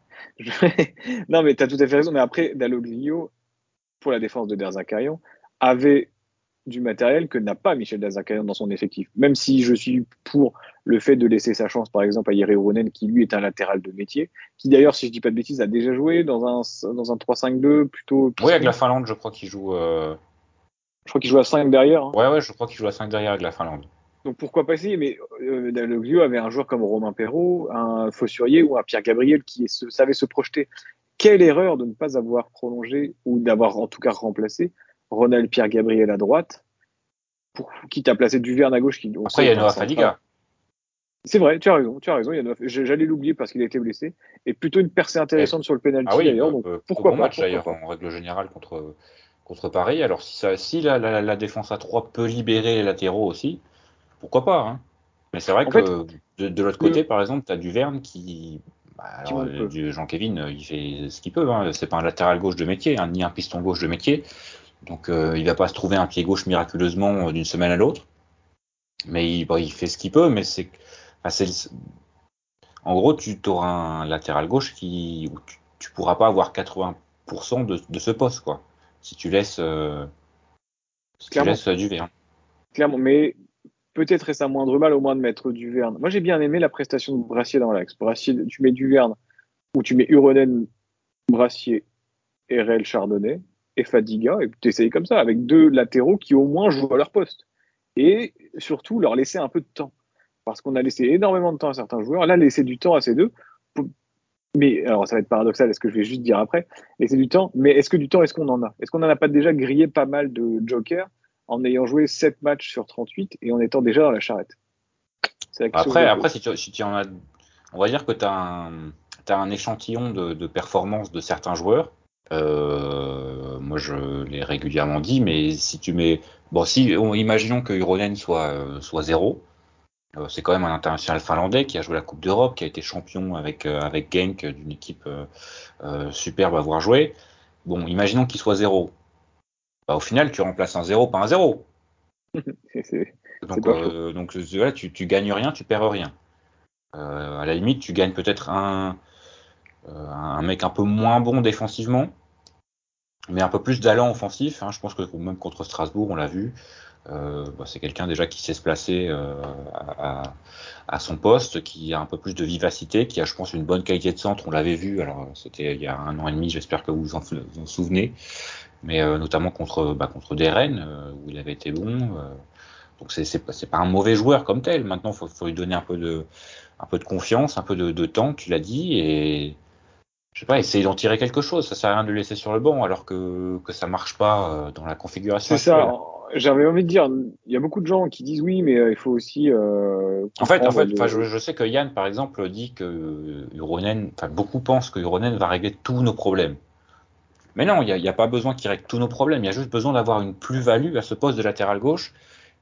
non, mais t'as tout à fait raison. Mais après, Dalloglio, pour la défense de Derzakarian, avait du matériel que n'a pas Michel Derzakarian dans son effectif. Même si je suis pour le fait de laisser sa chance, par exemple, à Yeri Rounen, qui lui est un latéral de métier, qui d'ailleurs, si je dis pas de bêtises, a déjà joué dans un 3-5-2 plutôt ouais, avec la piston. Finlande, je crois qu'il joue. Je crois qu'il joue à 5 derrière, hein. Ouais, je crois qu'il joue à 5 derrière avec la Finlande. Donc pourquoi pas essayer? Mais Dalloglio avait un joueur comme Romain Perrault, un Fossurier ou un Pierre Gabriel qui savait se projeter. Quelle erreur de ne pas avoir prolongé ou d'avoir en tout cas remplacé Ronald Pierre Gabriel à droite, quitte à placer Duverne à gauche qui Après, il encore y a est un Noah central. Fadiga. C'est vrai, tu as raison. J'allais l'oublier parce qu'il a été blessé. Et plutôt une percée Et, intéressante sur le ah penalty oui, d'ailleurs. Donc plutôt bon match pourquoi d'ailleurs pas. en règle générale contre Paris. Alors si la défense à 3 peut libérer les latéraux aussi, pourquoi pas, hein. Mais c'est vrai En fait, que de l'autre côté, le par exemple, tu as Duverne qui. Bah, alors, Timon peut. Jean-Kévin, il fait ce qu'il peut, hein. C'est pas un latéral gauche de métier, hein, ni un piston gauche de métier. Donc, il va pas se trouver un pied gauche miraculeusement d'une semaine à l'autre. Mais il fait ce qu'il peut, mais enfin, en gros, tu auras un latéral gauche où tu pourras pas avoir 80% de ce poste, quoi. Si tu laisses, si tu Clairement, laisses Duverne. clairement. Mais peut-être est-ce un moindre mal au moins de mettre Duverne. Moi j'ai bien aimé la prestation de Brassier dans l'axe. Brassier, tu mets Duverne ou tu mets Uronen, Brassier, RL, Chardonnay et Fadiga et tu essayes comme ça avec deux latéraux qui au moins jouent à leur poste. Et surtout leur laisser un peu de temps. Parce qu'on a laissé énormément de temps à certains joueurs. Là, laisser du temps à ces deux. Mais alors, ça va être paradoxal, est-ce que je vais juste dire après, laisser du temps. Mais est-ce que du temps, est-ce qu'on en a? Est-ce qu'on n'en a pas déjà grillé pas mal de jokers en ayant joué 7 matchs sur 38 et en étant déjà dans la charrette? C'est la question que je me Après, pose. si tu en as, on va dire que t'as un échantillon de performance de certains joueurs. Moi, je l'ai régulièrement dit, mais si tu mets, bon, imaginons que Ironen soit 0, C'est quand même un international finlandais qui a joué la Coupe d'Europe, qui a été champion avec Genk d'une équipe superbe à voir jouer. Bon, imaginons qu'il soit 0. Bah, au final, tu remplaces un 0 par un 0. C'est pas faux. Donc voilà, tu gagnes rien, tu perds rien. À la limite, tu gagnes peut-être un mec un peu moins bon défensivement, mais un peu plus d'allant offensif. Hein. Je pense que même contre Strasbourg, on l'a vu. C'est quelqu'un déjà qui sait se placer à son poste, qui a un peu plus de vivacité, qui a, je pense, une bonne qualité de centre. On l'avait vu. Alors, c'était il y a 1 an et demi. J'espère que vous vous en souvenez. Mais notamment contre des Rennes, où il avait été bon. Donc c'est pas un mauvais joueur comme tel. Maintenant, faut lui donner un peu de confiance, un peu de temps. Tu l'as dit, et je sais pas, essayer d'en tirer quelque chose. Ça sert à rien de le laisser sur le banc alors que ça marche pas dans la configuration C'est ça. actuelle. J'avais envie de dire, il y a beaucoup de gens qui disent oui, mais il faut aussi En fait, comprendre je sais que Yann, par exemple, dit que Uronen, enfin, beaucoup pensent que Uronen va régler tous nos problèmes. Mais non, il y a pas besoin qu'il règle tous nos problèmes. Il y a juste besoin d'avoir une plus-value à ce poste de latéral gauche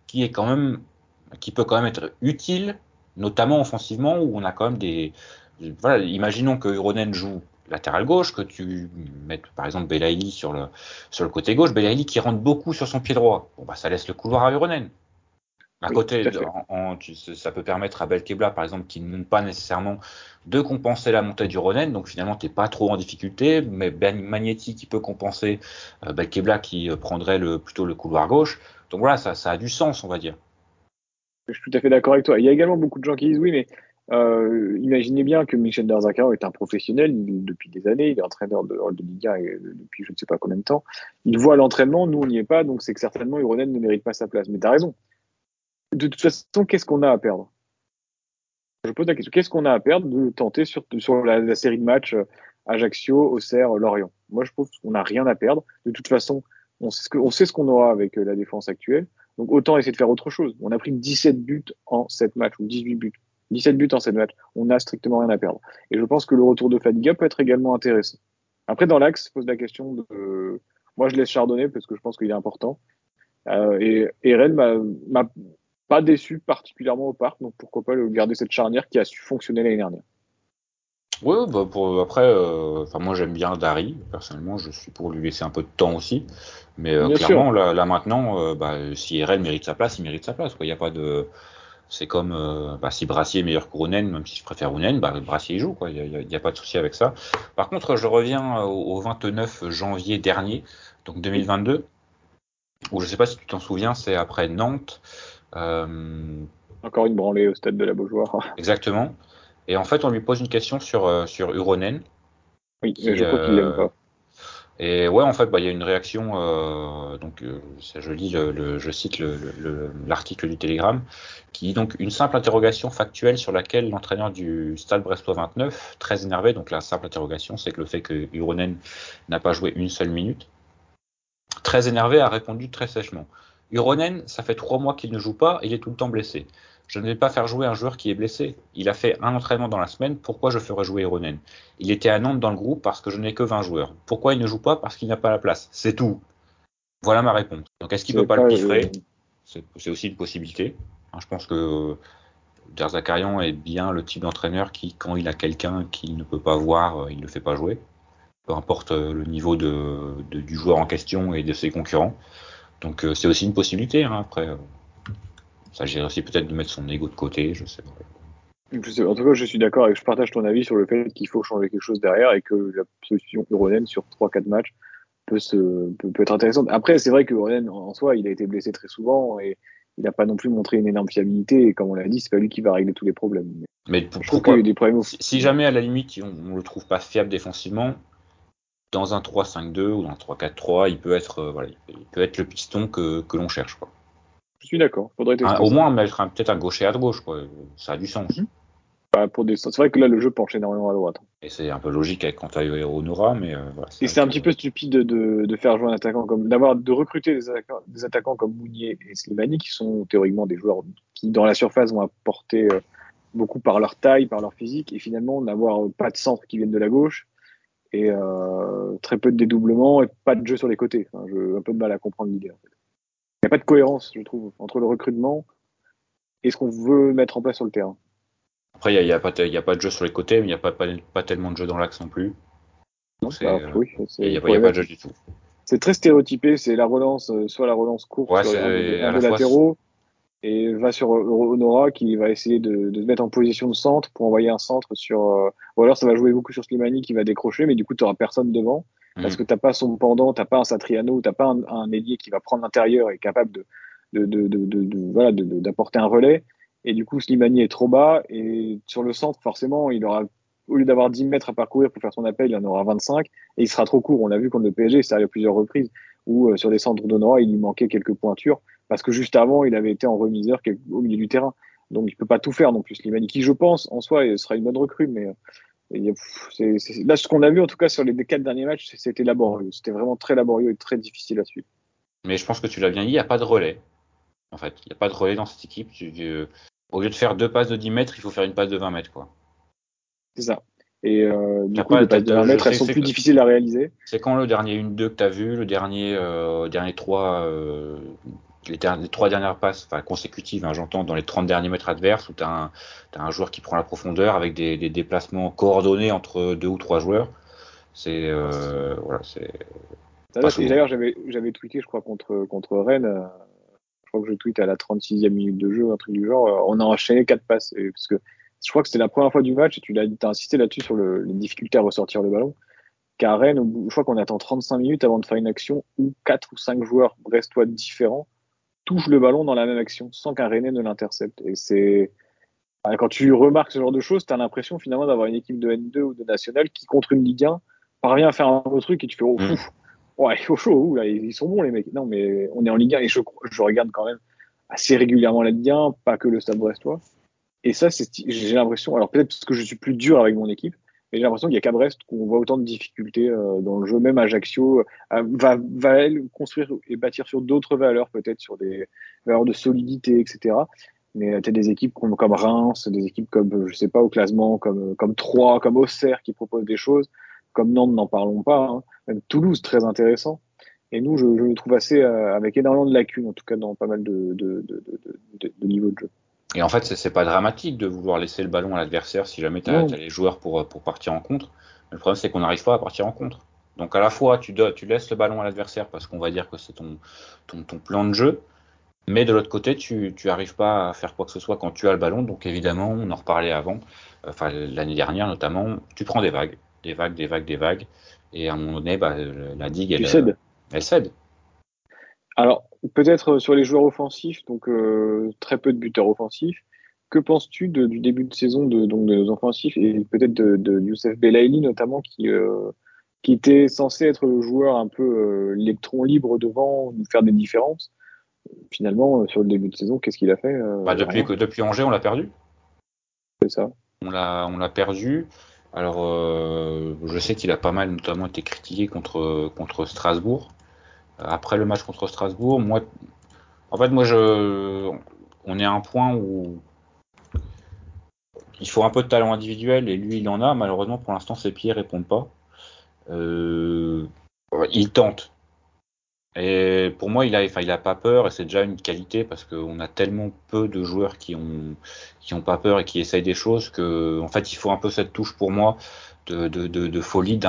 qui peut quand même être utile, notamment offensivement, où on a quand même voilà, imaginons que Uronen joue latéral gauche, que tu mettes par exemple Belaïli sur le côté gauche, Belaïli qui rentre beaucoup sur son pied droit. Bon, bah, ça laisse le couloir à Uronen. À oui, tout côté, à fait. ça peut permettre à Belkebla, par exemple, qui ne monte pas nécessairement, de compenser la montée du Ronen. Donc finalement, t'es pas trop en difficulté. Mais Magnetti qui peut compenser Belkebla qui prendrait plutôt le couloir gauche. Donc voilà, ça a du sens, on va dire. Je suis tout à fait d'accord avec toi. Il y a également beaucoup de gens qui disent oui, mais imaginez bien que Michel Derzakarian est un professionnel depuis des années. Il est entraîneur de Ligue 1 depuis je ne sais pas combien de temps. Il voit l'entraînement, nous on n'y est pas, donc c'est que certainement Uronen ne mérite pas sa place. Mais tu as raison. De toute façon, qu'est-ce qu'on a à perdre? Je pose la question. Qu'est-ce qu'on a à perdre de tenter sur la série de matchs Ajaccio, Auxerre, Lorient? Moi, je pense qu'on n'a rien à perdre. De toute façon, on sait ce qu'on aura avec la défense actuelle. Donc, autant essayer de faire autre chose. On a pris 17 buts en 7 matchs, ou 18 buts. 17 buts en 7 matchs. On n'a strictement rien à perdre. Et je pense que le retour de Fadiga peut être également intéressant. Après, dans l'axe, se pose la question de. Moi, je laisse Chardonnay parce que je pense qu'il est important. Et Rennes m'a pas déçu particulièrement au parc, donc pourquoi pas le garder cette charnière qui a su fonctionner l'année dernière. Oui, bah après, enfin moi j'aime bien Dari. Personnellement, je suis pour lui laisser un peu de temps aussi. Mais Bien sûr, clairement, là maintenant, si RL mérite sa place, il mérite sa place. Quoi. Il y a pas de. C'est comme si Brassier est meilleur que Rounen, même si je préfère Rounen, Brassier il joue. Quoi. Il y a pas de souci avec ça. Par contre, je reviens au 29 janvier dernier, donc 2022, où je sais pas si tu t'en souviens, c'est après Nantes. Euh, encore une branlée au stade de la Beaujoire. exactement. Et en fait, on lui pose une question sur Uronen, Oui, mais qui, je crois qu'il l'aime pas. et ouais, en fait, il y a une réaction. Je lis je cite l'article du Télégramme, qui dit donc une simple interrogation factuelle sur laquelle l'entraîneur du Stade Brestois 29, très énervé. Donc la simple interrogation, c'est que le fait que Uronen n'a pas joué une seule minute, très énervé, a répondu très sèchement. Uronen, ça fait 3 mois qu'il ne joue pas, il est tout le temps blessé. Je ne vais pas faire jouer un joueur qui est blessé. Il a fait un entraînement dans la semaine, pourquoi je ferais jouer Uronen? Il était à Nantes dans le groupe parce que je n'ai que 20 joueurs. Pourquoi il ne joue pas? Parce qu'il n'a pas la place. C'est tout. Voilà ma réponse. Donc est-ce qu'il peut C'est pas le pas. piffrer? C'est aussi une possibilité. Je pense que Derzakarian est bien le type d'entraîneur qui, quand il a quelqu'un qu'il ne peut pas voir, il ne le fait pas jouer. Peu importe le niveau du joueur en question et de ses concurrents. Donc c'est aussi une possibilité. Après, il s'agirait aussi peut-être de mettre son ego de côté, je sais pas. En tout cas, je suis d'accord et je partage ton avis sur le fait qu'il faut changer quelque chose derrière et que la solution Euronen sur 3-4 matchs peut être intéressante. Après, c'est vrai que Euronen, en soi, il a été blessé très souvent et il n'a pas non plus montré une énorme fiabilité. Et comme on l'a dit, c'est pas lui qui va régler tous les problèmes. Mais Je trouve qu'il y a eu pourquoi des problèmes. si jamais à la limite on le trouve pas fiable défensivement, dans un 3-5-2 ou dans un 3-4-3, il peut être voilà, il peut être le piston que l'on cherche quoi. Je suis d'accord. Faudrait tester Au ça. moins mettre peut-être un gaucher à gauche quoi. Ça a du sens. Mhm. Bah, c'est vrai que là, le jeu penche énormément à droite. Et c'est un peu logique avec quand tu Honora, mais voilà, c'est Et vrai c'est un que petit peu stupide de faire jouer un attaquant de recruter des attaquants comme Mounier et Slimani qui sont théoriquement des joueurs qui dans la surface vont apporter beaucoup par leur taille, par leur physique et finalement n'avoir pas de centre qui viennent de la gauche et très peu de dédoublement et pas de jeu sur les côtés. Enfin, j'ai un peu de mal à comprendre l'idée en fait. Il n'y a pas de cohérence, je trouve, entre le recrutement et ce qu'on veut mettre en place sur le terrain. Après, il y a pas de jeu sur les côtés, mais il n'y a pas tellement de jeu dans l'axe non plus. Donc Oui, il n'y a pas de jeu du tout. C'est très stéréotypé, c'est la relance, soit la relance courte Ouais, sur c'est un à des la fois. latéraux, et va sur Honora qui va essayer de se mettre en position de centre pour envoyer un centre sur. Ou alors ça va jouer beaucoup sur Slimani qui va décrocher, mais du coup tu n'auras personne devant parce que t'as pas son pendant, t'as pas un Satriano, t'as pas un ailier qui va prendre l'intérieur et est capable voilà, d'apporter un relais. Et du coup Slimani est trop bas et sur le centre forcément il aura, au lieu d'avoir 10 mètres à parcourir pour faire son appel, il en aura 25 et il sera trop court. On l'a vu contre le PSG, ça arrive à plusieurs reprises où sur les centres d'Honora il lui manquait quelques pointures parce que juste avant, il avait été en remiseur au milieu du terrain. Donc, il peut pas tout faire non plus. Slimani, qui, je pense, en soi, sera une bonne recrue, mais là, ce qu'on a vu, en tout cas, sur les 4 derniers matchs, c'était laborieux. C'était vraiment très laborieux et très difficile à suivre. Mais je pense que tu l'as bien dit, il n'y a pas de relais. En fait, il n'y a pas de relais dans cette équipe. Au lieu de faire 2 passes de 10 mètres, il faut faire une passe de 20 mètres, quoi. C'est ça. Et du coup, pas, les passes de 20 mètres, elles sont plus difficiles à réaliser. C'est quand le dernier 1-2 que tu as vu, le dernier 3, les 3 dernières passes consécutives, hein, j'entends, dans les 30 derniers mètres adverses, où tu as un joueur qui prend la profondeur avec des déplacements coordonnés entre 2 ou 3 joueurs. C'est voilà, c'est pas souvent. D'ailleurs, j'avais tweeté, je crois, contre Rennes. Je crois que je tweete à la 36e minute de jeu, un truc du genre. On a enchaîné 4 passes. Parce que je crois que c'était la première fois du match et tu as insisté là-dessus sur les difficultés à ressortir le ballon. Qu'à Rennes, je crois qu'on attend 35 minutes avant de faire une action où 4 ou 5 joueurs brestois différents touchent le ballon dans la même action sans qu'un Rennais ne l'intercepte. Et quand tu remarques ce genre de choses, tu as l'impression finalement d'avoir une équipe de N2 ou de National qui, contre une Ligue 1, parvient à faire un autre truc et tu fais, ouais, il faut chaud, là, ils sont bons les mecs. Non, mais on est en Ligue 1 et je regarde quand même assez régulièrement la Ligue 1, pas que le Stade brestois. Et ça, j'ai l'impression, alors peut-être parce que je suis plus dur avec mon équipe, mais j'ai l'impression qu'il n'y a qu'à Brest qu'on voit autant de difficultés dans le jeu. Même Ajaccio va elle, construire et bâtir sur d'autres valeurs, peut-être sur des valeurs de solidité, etc. Mais tu as des équipes comme Reims, des équipes comme, je sais pas, au classement, comme Troyes, comme Auxerre qui proposent des choses, comme Nantes, n'en parlons pas, hein. Même Toulouse, très intéressant. Et nous, je le trouve assez, avec énormément de lacunes, en tout cas dans pas mal de niveaux de jeu. Et en fait, c'est pas dramatique de vouloir laisser le ballon à l'adversaire si jamais tu as les joueurs pour partir en contre. Mais le problème, c'est qu'on n'arrive pas à partir en contre. Donc à la fois, tu laisses le ballon à l'adversaire parce qu'on va dire que c'est ton plan de jeu. Mais de l'autre côté, tu arrives pas à faire quoi que ce soit quand tu as le ballon. Donc évidemment, on en reparlait avant, l'année dernière notamment, tu prends des vagues. Et à un moment donné, la digue, elle cède. Alors, peut-être sur les joueurs offensifs, donc très peu de buteurs offensifs. Que penses-tu du début de saison de nos offensifs et peut-être de Youssef Belaïli notamment qui était censé être le joueur un peu l'électron libre devant, nous faire des différences. Finalement, sur le début de saison, qu'est-ce qu'il a fait Depuis Angers, on l'a perdu. C'est ça. On l'a perdu. Alors, je sais qu'il a pas mal notamment été critiqué contre Strasbourg. Après le match contre Strasbourg, on est à un point où il faut un peu de talent individuel et lui, il en a. Malheureusement, pour l'instant, ses pieds répondent pas. Il tente. Et pour moi, il a pas peur et c'est déjà une qualité parce qu'on a tellement peu de joueurs qui ont pas peur et qui essayent des choses que, en fait, il faut un peu cette touche pour moi de folie,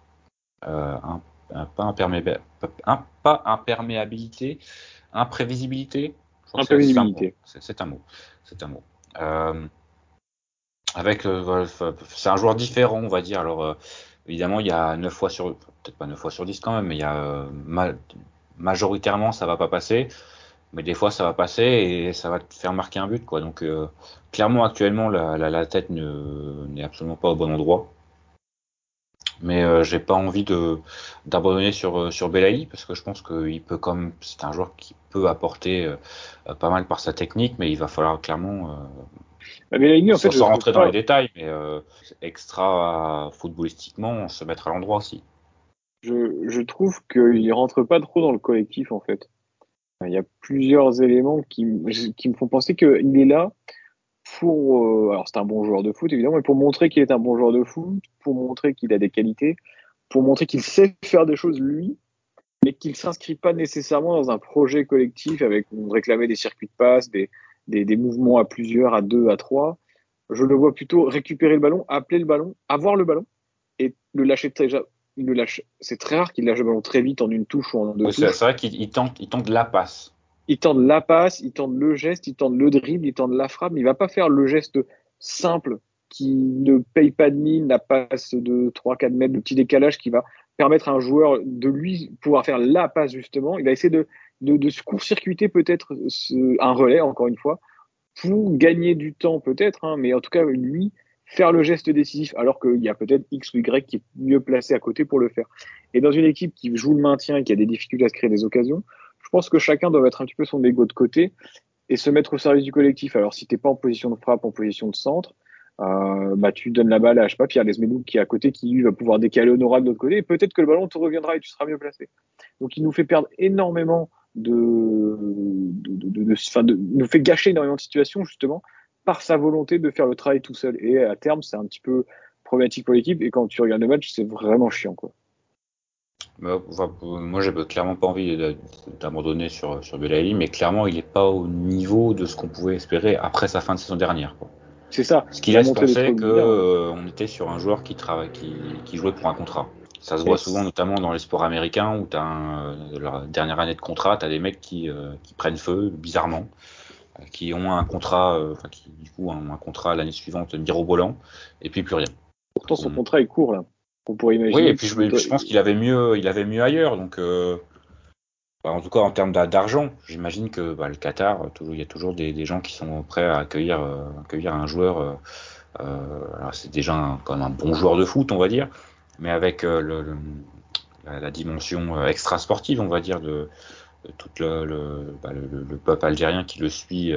pas imperméabilité, imprévisibilité. Je crois que Imprévisibilité. c'est un mot. C'est un mot. C'est un joueur différent, on va dire. Alors, évidemment, il y a 9 fois peut-être pas 9 fois sur 10 quand même, mais il y a majoritairement ça va pas passer, mais des fois ça va passer et ça va te faire marquer un but, quoi. Donc, clairement, actuellement, la tête n'est absolument pas au bon endroit. Mais j'ai pas envie d'abandonner sur Belaïli parce que je pense qu'il peut c'est un joueur qui peut apporter pas mal par sa technique, mais il va falloir clairement Belaïli, en fait, sans rentrer dans les détails, mais extra footballistiquement, se mettre à l'endroit aussi. Je trouve qu'il rentre pas trop dans le collectif, en fait. Il y a plusieurs éléments qui me font penser qu'il est là alors c'est un bon joueur de foot, évidemment, mais pour montrer qu'il est un bon joueur de foot, pour montrer qu'il a des qualités, pour montrer qu'il sait faire des choses lui, mais qu'il ne s'inscrit pas nécessairement dans un projet collectif avec on réclamait des circuits de passe, des des mouvements à plusieurs, à deux, à trois. Je le vois plutôt récupérer le ballon, appeler le ballon, avoir le ballon et le lâcher déjà. Il le lâche. C'est très rare qu'il lâche le ballon très vite en une touche ou en deux Oui, touches. c'est vrai qu'il tente la passe. Il tente la passe, il tente le geste, il tente le dribble, il tente la frappe, mais il va pas faire le geste simple qui ne paye pas de mine, la passe de 3-4 mètres, le petit décalage qui va permettre à un joueur de lui pouvoir faire la passe justement. Il va essayer de se court-circuiter peut-être un relais, encore une fois, pour gagner du temps peut-être, hein, mais en tout cas, lui, faire le geste décisif, alors qu'il y a peut-être X ou Y qui est mieux placé à côté pour le faire. Et dans une équipe qui joue le maintien et qui a des difficultés à se créer des occasions, je pense que chacun doit mettre un petit peu son ego de côté et se mettre au service du collectif. Alors, si t'es pas en position de frappe, en position de centre, bah, tu donnes la balle à, je sais pas, Pierre Lesménou qui est à côté, qui lui va pouvoir décaler Honora de l'autre côté, et peut-être que le ballon te reviendra et tu seras mieux placé. Donc, il nous fait perdre énormément nous fait gâcher énormément de situations, justement, par sa volonté de faire le travail tout seul. Et à terme, c'est un petit peu problématique pour l'équipe, et quand tu regardes le match, c'est vraiment chiant, quoi. Moi, j'ai clairement pas envie d'abandonner sur Belaïli, mais clairement, il n'est pas au niveau de ce qu'on pouvait espérer après sa fin de saison dernière, quoi. C'est ça. Ce qui Il a laisse montré des penser trucs que bien, hein. on était sur un joueur qui jouait pour un contrat. Ça se voit Yes. souvent, notamment dans les sports américains, où leur dernière année de contrat, t'as des mecs qui prennent feu, bizarrement, qui ont un contrat, qui du coup ont un contrat l'année suivante mirobolant, et puis plus rien. Pourtant, son On- contrat est court, là. On pourrait Oui, et imaginer puis qu'il je pense qu'il avait mieux ailleurs, donc. En tout cas, en termes d'argent, j'imagine que le Qatar, il y a toujours des gens qui sont prêts à accueillir un joueur. Alors c'est déjà quand même un bon joueur de foot, on va dire, mais avec la dimension extra-sportive, on va dire, de tout le peuple algérien qui le suit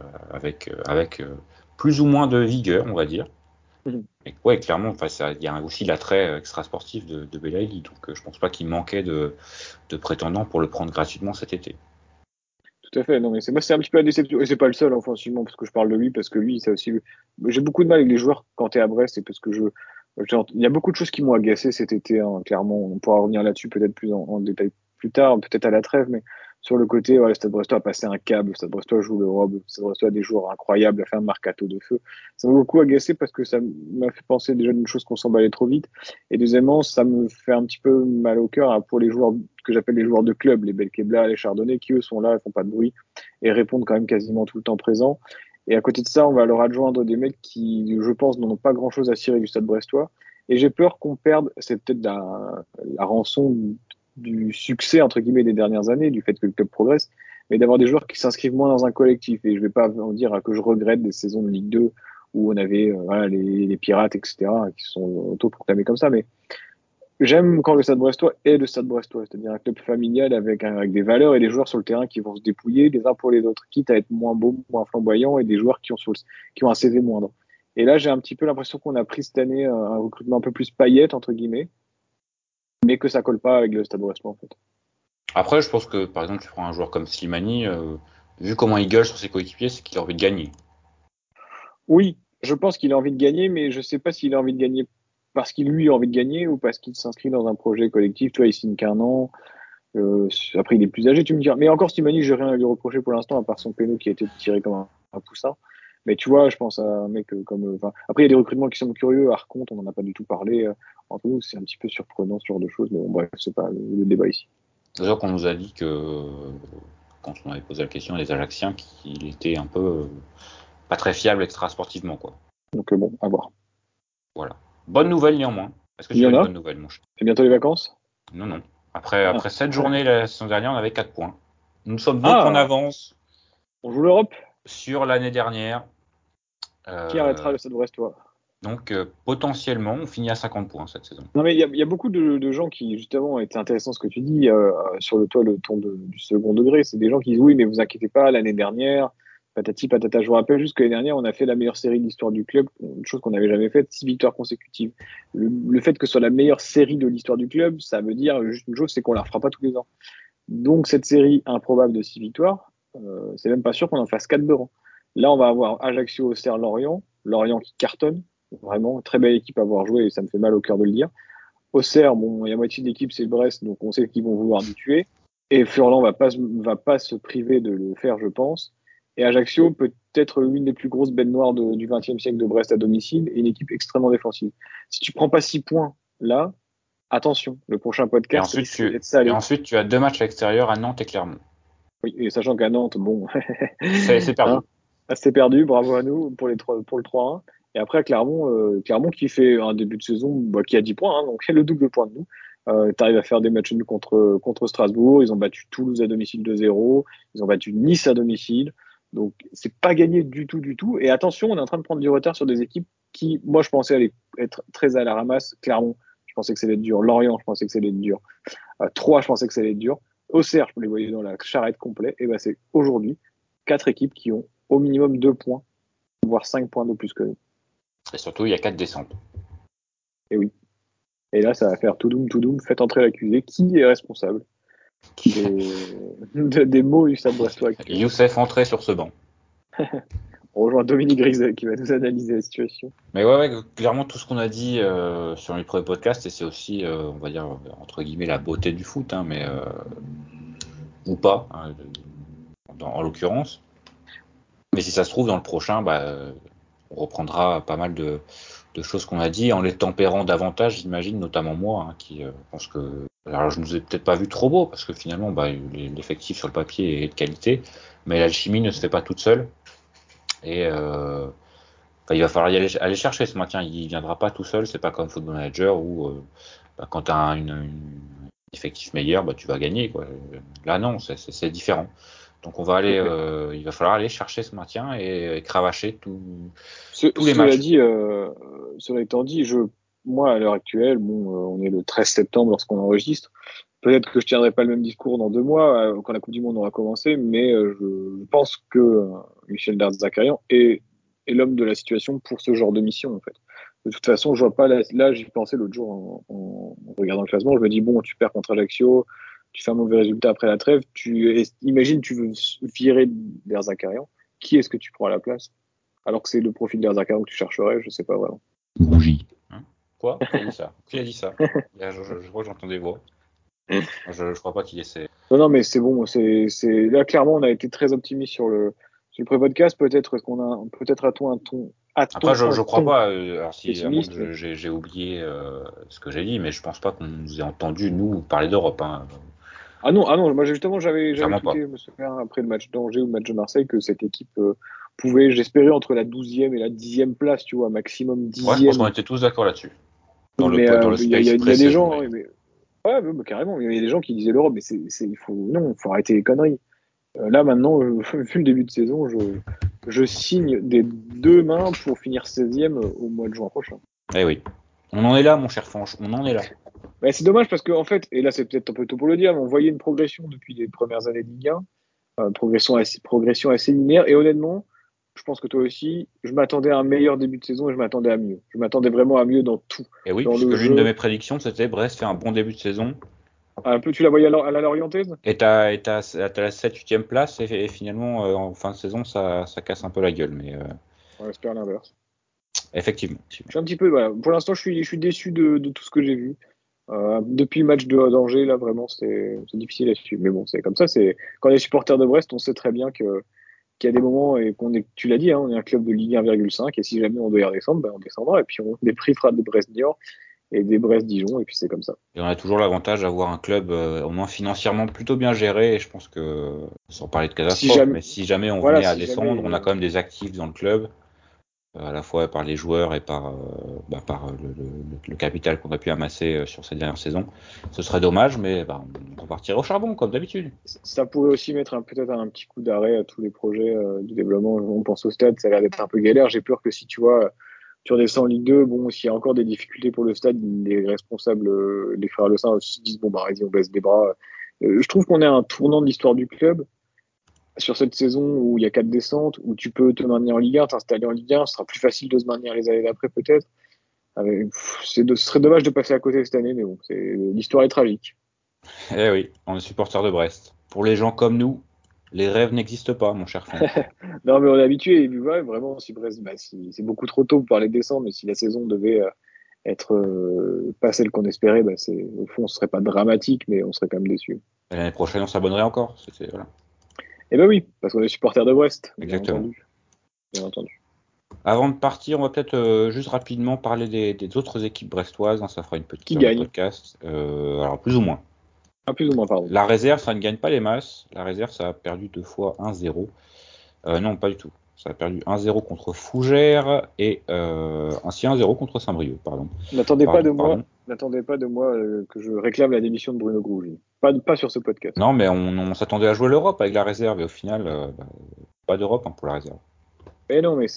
avec plus ou moins de vigueur, on va dire. Mhm. Et ouais, clairement, il y a aussi l'attrait extra-sportif de Belaïli, donc je pense pas qu'il manquait de prétendants pour le prendre gratuitement cet été. Tout à fait. Non, mais c'est un petit peu la déception. Et c'est pas le seul, offensivement, parce que je parle de lui, parce que lui, ça aussi. J'ai beaucoup de mal avec les joueurs quand t'es à Brest, et parce que il y a beaucoup de choses qui m'ont agacé cet été, hein, clairement. On pourra revenir là-dessus peut-être plus en détail plus tard, peut-être à la trêve, mais sur le côté, ouais, le Stade Brestois a passé un câble, le Stade Brestois joue l'Europe, le Stade Brestois a des joueurs incroyables, a fait un mercato de feu. Ça m'a beaucoup agacé parce que ça m'a fait penser déjà d'une chose qu'on s'emballait trop vite. Et deuxièmement, ça me fait un petit peu mal au cœur pour les joueurs que j'appelle les joueurs de club, les Belkebla, les Chardonnay, qui eux sont là, ils font pas de bruit et répondent quand même quasiment tout le temps présent. Et à côté de ça, on va leur adjoindre des mecs qui, je pense, n'ont pas grand-chose à cirer du Stade Brestois. Et j'ai peur qu'on perde, c'est peut-être la rançon du succès, entre guillemets, des dernières années, du fait que le club progresse, mais d'avoir des joueurs qui s'inscrivent moins dans un collectif. Et je vais pas en dire que je regrette des saisons de Ligue 2 où on avait voilà, les Pirates, etc., qui sont auto-proclamés comme ça, mais j'aime quand le Stade Brestois est le Stade Brestois, c'est-à-dire un club familial avec des valeurs et des joueurs sur le terrain qui vont se dépouiller les uns pour les autres, quitte à être moins beaux, moins flamboyants et des joueurs qui ont un CV moindre. Et là, j'ai un petit peu l'impression qu'on a pris cette année un recrutement un peu plus paillette, entre guillemets, mais que ça colle pas avec le Stade Brestois, en fait. Après, je pense que, par exemple, tu prends un joueur comme Slimani, vu comment il gueule sur ses coéquipiers, c'est qu'il a envie de gagner. Oui, je pense qu'il a envie de gagner, mais je sais pas s'il a envie de gagner parce qu'il lui a envie de gagner ou parce qu'il s'inscrit dans un projet collectif. Tu vois, il signe qu'un an. Après, il est plus âgé, tu me diras. Mais encore, Slimani, j'ai rien à lui reprocher pour l'instant, à part son péno qui a été tiré comme un poussin. Mais tu vois, je pense à un mec comme. Après, il y a des recrutements qui sont curieux. Arconte, on n'en a pas du tout parlé. Entre nous, c'est un petit peu surprenant ce genre de choses. Mais bon, bref, c'est pas le débat ici. D'ailleurs, qu'on nous a dit que, quand on avait posé la question, les Ajacciens, qu'il était un peu pas très fiable extra-sportivement, quoi. Donc, bon, à voir. Voilà. Bonne nouvelle néanmoins. Est-ce que Il y tu as en une a? bonne nouvelle, mon cher? C'est bientôt les vacances? Non, non. Après Ah, 7 journées la saison dernière, on avait 4 points. Nous sommes donc en ah avance on joue l'Europe? sur l'année dernière. Qui arrêtera Euh, le Stade Brestois? donc, potentiellement, on finit à 50 points cette saison. Non, mais il y a beaucoup de gens qui, justement, étaient intéressants ce que tu dis sur le ton du second degré. C'est des gens qui disent oui, mais vous inquiétez pas, l'année dernière, patati patata. Je vous rappelle juste que l'année dernière, on a fait la meilleure série de l'histoire du club, une chose qu'on n'avait jamais faite, 6 victoires consécutives. Le fait que ce soit la meilleure série de l'histoire du club, ça veut dire juste une chose, c'est qu'on la refera pas tous les ans. Donc, cette série improbable de 6 victoires, c'est même pas sûr qu'on en fasse 4 de rang. Là, on va avoir Ajaccio, Auxerre, Lorient. Lorient qui cartonne. Vraiment, très belle équipe à avoir joué et ça me fait mal au cœur de le dire. Auxerre, bon, il y a moitié de l'équipe, c'est le Brest, donc on sait qu'ils vont vouloir nous tuer. Et Furlan va pas se priver de le faire, je pense. Et Ajaccio peut être l'une des plus grosses bêtes noires du XXe siècle de Brest à domicile et une équipe extrêmement défensive. Si tu prends pas 6 points là, attention, le prochain Et podcast ensuite, risque d'être salé. tu as 2 matchs à l'extérieur à Nantes et Clermont. Oui, et sachant qu'à Nantes, bon, C'est perdu. hein, c'est perdu, bravo à nous pour le 3-1. Et après, à Clermont qui fait un début de saison qui a 10 points, hein, donc le double point de nous. Tu arrives à faire des matchs nuls contre Strasbourg. Ils ont battu Toulouse à domicile 2-0. Ils ont battu Nice à domicile. Donc, c'est pas gagné du tout, du tout. Et attention, on est en train de prendre du retard sur des équipes qui, moi, je pensais aller être très à la ramasse. Clermont, je pensais que ça allait être dur. Lorient, je pensais que ça allait être dur. Troyes, je pensais que ça allait être dur. Auxerre, je les voyais dans la charrette complète. Et ben, c'est aujourd'hui 4 équipes qui ont au minimum 2 points, voire 5 points de plus que nous. Et surtout, il y a 4 descentes. Et oui. Et là, ça va faire tout doum, faites entrer l'accusé. Qui est responsable des mots du Stade Brestois actuel? Youssef entré sur ce banc. On rejoint Dominique Grisel qui va nous analyser la situation. Mais ouais, clairement, tout ce qu'on a dit sur les premiers podcasts, et c'est aussi, on va dire, entre guillemets, la beauté du foot, hein, mais ou pas, hein, en l'occurrence. Mais si ça se trouve, dans le prochain, on reprendra pas mal de choses qu'on a dit, en les tempérant davantage, j'imagine, notamment moi, hein, qui pense que... Alors, je ne nous ai peut-être pas vu trop beau, parce que finalement, l'effectif sur le papier est de qualité, mais l'alchimie ne se fait pas toute seule. Et il va falloir aller chercher ce maintien. Il viendra pas tout seul. C'est pas comme Football Manager où quand tu as un effectif meilleur, tu vas gagner, quoi. Là, non, c'est différent. Donc on va aller, il va falloir aller chercher ce maintien et cravacher tous les matchs. Cela étant dit, moi à l'heure actuelle, on est le 13 septembre lorsqu'on enregistre. Peut-être que je tiendrai pas le même discours dans 2 mois quand la Coupe du Monde aura commencé, mais je pense que Michel Darzacarian est l'homme de la situation pour ce genre de mission en fait. De toute façon, je vois pas là j'y pensais l'autre jour en regardant le classement, je me dis bon, tu perds contre Ajaccio, tu fais un mauvais résultat après la trêve, imagine tu veux virer Darzacarian, qui est-ce que tu prends à la place? Alors que c'est le profil d'Arzacarian que tu chercherais, je sais pas vraiment. Bougie. Hein? Quoi? Qui a dit ça? Qui a dit ça? Je crois que j'entends des voix. Je crois pas qu'il essaie. Non, mais c'est bon. Là, clairement, on a été très optimiste sur le pré-podcast. Peut-être a-t-on un ton. Après, je crois pas. Alors si, à moins pessimiste. que j'ai oublié ce que j'ai dit, mais je pense pas qu'on nous ait entendu nous parler d'Europe. Hein. Ah non. Moi, justement, j'avais Clairement tweeté, pas. je me souviens, après le match d'Angers ou le match de Marseille, que cette équipe pouvait, j'espérais, entre la 12e et la 10e place, tu vois, maximum Ouais, je pense 10e. qu'on était tous d'accord là-dessus. Dans Mais le il y space a des pré-saison. gens, ouais, carrément. Il y a des gens qui disaient l'Europe, mais il faut arrêter les conneries. Là, maintenant, vu le début de saison, je signe des 2 mains pour finir 16e au mois de juin prochain. Eh oui. On en est là, mon cher Fanche, on en est là. Ouais, c'est dommage parce qu'en fait, et là c'est peut-être un peu tôt pour le dire, mais on voyait une progression depuis les premières années de Ligue 1, progression assez linéaire, et honnêtement, je pense que toi aussi, je m'attendais à un meilleur début de saison et je m'attendais à mieux. Je m'attendais vraiment à mieux dans tout. Et oui, Dans puisque le l'une de jeu. mes prédictions, c'était Brest fait un bon début de saison. Un peu, tu la voyais à la Lorientaise? Et t'as la 7-8e place, et finalement, en fin de saison, ça casse un peu la gueule. Mais On espère l'inverse. effectivement. Je suis un petit peu, voilà. Pour l'instant, je suis déçu de tout ce que j'ai vu. Depuis le match d'Angers, là, vraiment, c'est difficile à suivre. Mais bon, c'est comme ça. Quand on est supporter de Brest, on sait très bien qu'il y a des moments et tu l'as dit, hein, on est un club de Ligue 1,5 et si jamais on doit y redescendre, on descendra et puis on débriefera des Brest-Niort et des Brest-Dijon et puis c'est comme ça. Et on a toujours l'avantage d'avoir un club au moins financièrement plutôt bien géré. Et je pense que, sans parler de catastrophe, mais si jamais on venait à descendre, on a quand même des actifs dans le club. À la fois par les joueurs et par le capital qu'on a pu amasser sur cette dernière saison. Ce serait dommage, mais on repartirait au charbon, comme d'habitude. Ça pourrait aussi mettre peut-être un petit coup d'arrêt à tous les projets de développement. On pense au stade, ça a l'air d'être un peu galère. J'ai peur que si tu redescends en Ligue 2, bon, s'il y a encore des difficultés pour le stade, les responsables, les frères Le Saint, se disent, bon, vas-y, on baisse des bras. Je trouve qu'on est à un tournant de l'histoire du club. Sur cette saison où il y a 4 descentes, où tu peux te maintenir en Ligue 1, t'installer en Ligue 1, ce sera plus facile de se maintenir les années d'après peut-être. Ce serait dommage de passer à côté cette année, mais bon, l'histoire est tragique. Eh oui, on est supporters de Brest. Pour les gens comme nous, les rêves n'existent pas, mon cher Franck. Non, mais on est habitué, et puis ouais, vraiment, si Brest, c'est beaucoup trop tôt pour parler de descendre, mais si la saison devait être pas celle qu'on espérait, au fond, ce serait pas dramatique, mais on serait quand même déçu. Et l'année prochaine, on s'abonnerait encore. Voilà. Eh ben oui, parce qu'on est supporter de Brest. Exactement. Bien entendu. Avant de partir, on va peut-être juste rapidement parler des autres équipes brestoises. Hein, ça fera une petite Qui heure de gagne? podcast. Alors, plus ou moins. Ah, plus ou moins, pardon. La réserve, ça ne gagne pas les masses. La réserve, ça a perdu 2 fois 1-0. Non, pas du tout. Ça a perdu 1-0 contre Fougères et ainsi 1-0 contre Saint-Brieuc, pardon. N'attendez pas de moi Pardon. que je réclame la démission de Bruno Grougy. Pas sur ce podcast. Non, mais on s'attendait à jouer l'Europe avec la réserve et au final, pas d'Europe pour la réserve. Mais non, mais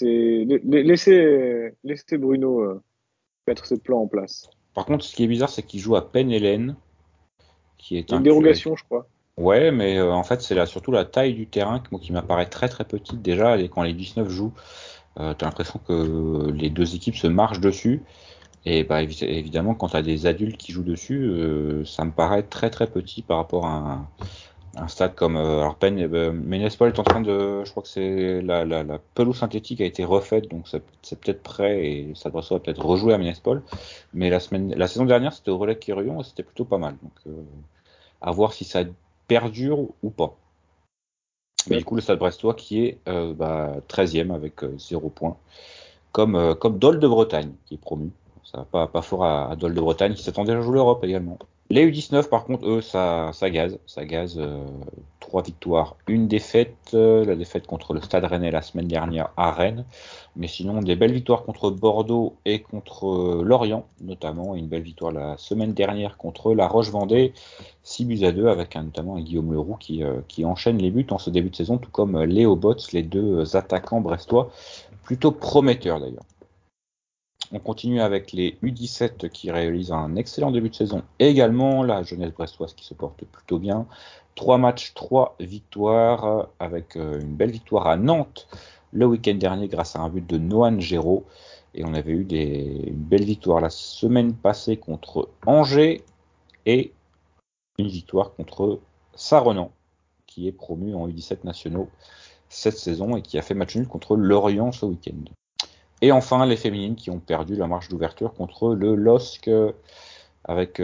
laissez Bruno mettre ses plans en place. Par contre, ce qui est bizarre, c'est qu'il joue à Penn-Hélène, qui est Il y a une dérogation, je crois. Ouais, mais en fait, c'est là surtout la taille du terrain qui m'apparaît très très petite déjà. Et quand les 19 jouent, t'as l'impression que les deux équipes se marchent dessus. Et bah, évidemment, quand t'as des adultes qui jouent dessus, ça me paraît très très petit par rapport à un stade comme alors Ménespol est en train de, je crois que c'est la pelouse synthétique a été refaite, donc c'est peut-être prêt et ça devrait peut-être rejouer à Ménespol. Mais la saison dernière, c'était au Relais Quirion et c'était plutôt pas mal. Donc à voir si ça perdure ou pas. Mais du coup, le Stade Brestois qui est 13e avec 0 points, comme Dole de Bretagne qui est promu. Ça va pas fort à Dole de Bretagne qui s'attendait à jouer l'Europe également. Les U19 par contre, eux, ça gaze. 3 victoires, une défaite. La défaite contre le Stade Rennais la semaine dernière à Rennes. Mais sinon, des belles victoires contre Bordeaux et contre Lorient, notamment. Une belle victoire la semaine dernière contre La Roche-Vendée. 6-2 avec notamment Guillaume Leroux qui enchaîne les buts en ce début de saison, tout comme Léo Botz, les deux attaquants brestois. Plutôt prometteurs d'ailleurs. On continue avec les U17 qui réalisent un excellent début de saison. Et également la jeunesse brestoise qui se porte plutôt bien. 3 matchs, 3 victoires, avec une belle victoire à Nantes le week-end dernier grâce à un but de Nohan Géraud. Et on avait eu une belle victoire la semaine passée contre Angers et une victoire contre Saint-Renan qui est promu en U17 nationaux cette saison et qui a fait match nul contre Lorient ce week-end. Et enfin, les féminines qui ont perdu la marche d'ouverture contre le LOSC avec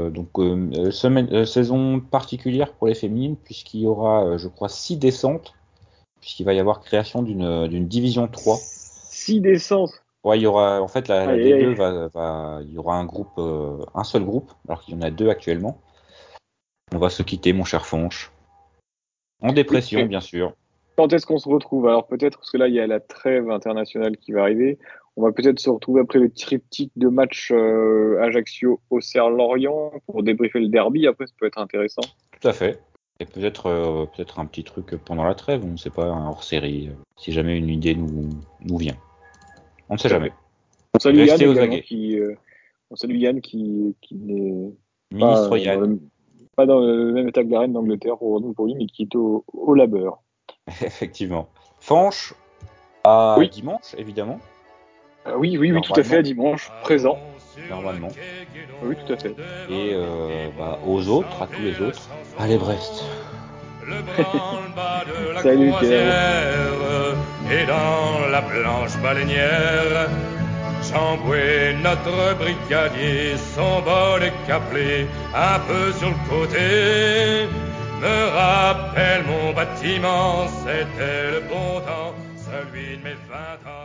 saison particulière pour les féminines puisqu'il y aura, je crois, 6 descentes puisqu'il va y avoir création d'une division 3. 6 descentes. Ouais, il y aura en fait la Aïe, D2 il y aura un seul groupe alors qu'il y en a 2 actuellement. On va se quitter, mon cher Fonche. En dépression, bien sûr. Quand est-ce qu'on se retrouve? Alors peut-être, parce que là, il y a la trêve internationale qui va arriver. On va peut-être se retrouver après le triptyque de matchs Ajaccio-Auxerre-Lorient pour débriefer le derby. Après, ça peut être intéressant. Tout à fait. Et peut-être un petit truc pendant la trêve, on ne sait pas, un hors-série, si jamais une idée nous vient. On ne sait jamais. On salue Restez Yann aux également, aguets. on salue Yann qui n'est Ministre Yann. pas dans le même état que la reine d'Angleterre pour lui, mais qui est au labeur. Effectivement. Fanche, à Oui. dimanche, évidemment. Oui, tout à fait, à dimanche, présent. Normalement. Oui, tout à fait. Et aux autres, à tous les autres, allez Brest. Le branle-bas de la Salut, croisière et dans la planche baleinière, Chamboué, notre brigadier, son bol est caplé un peu sur le côté, me rappelle mon bâtiment, c'était le bon temps, celui de mes 20 ans.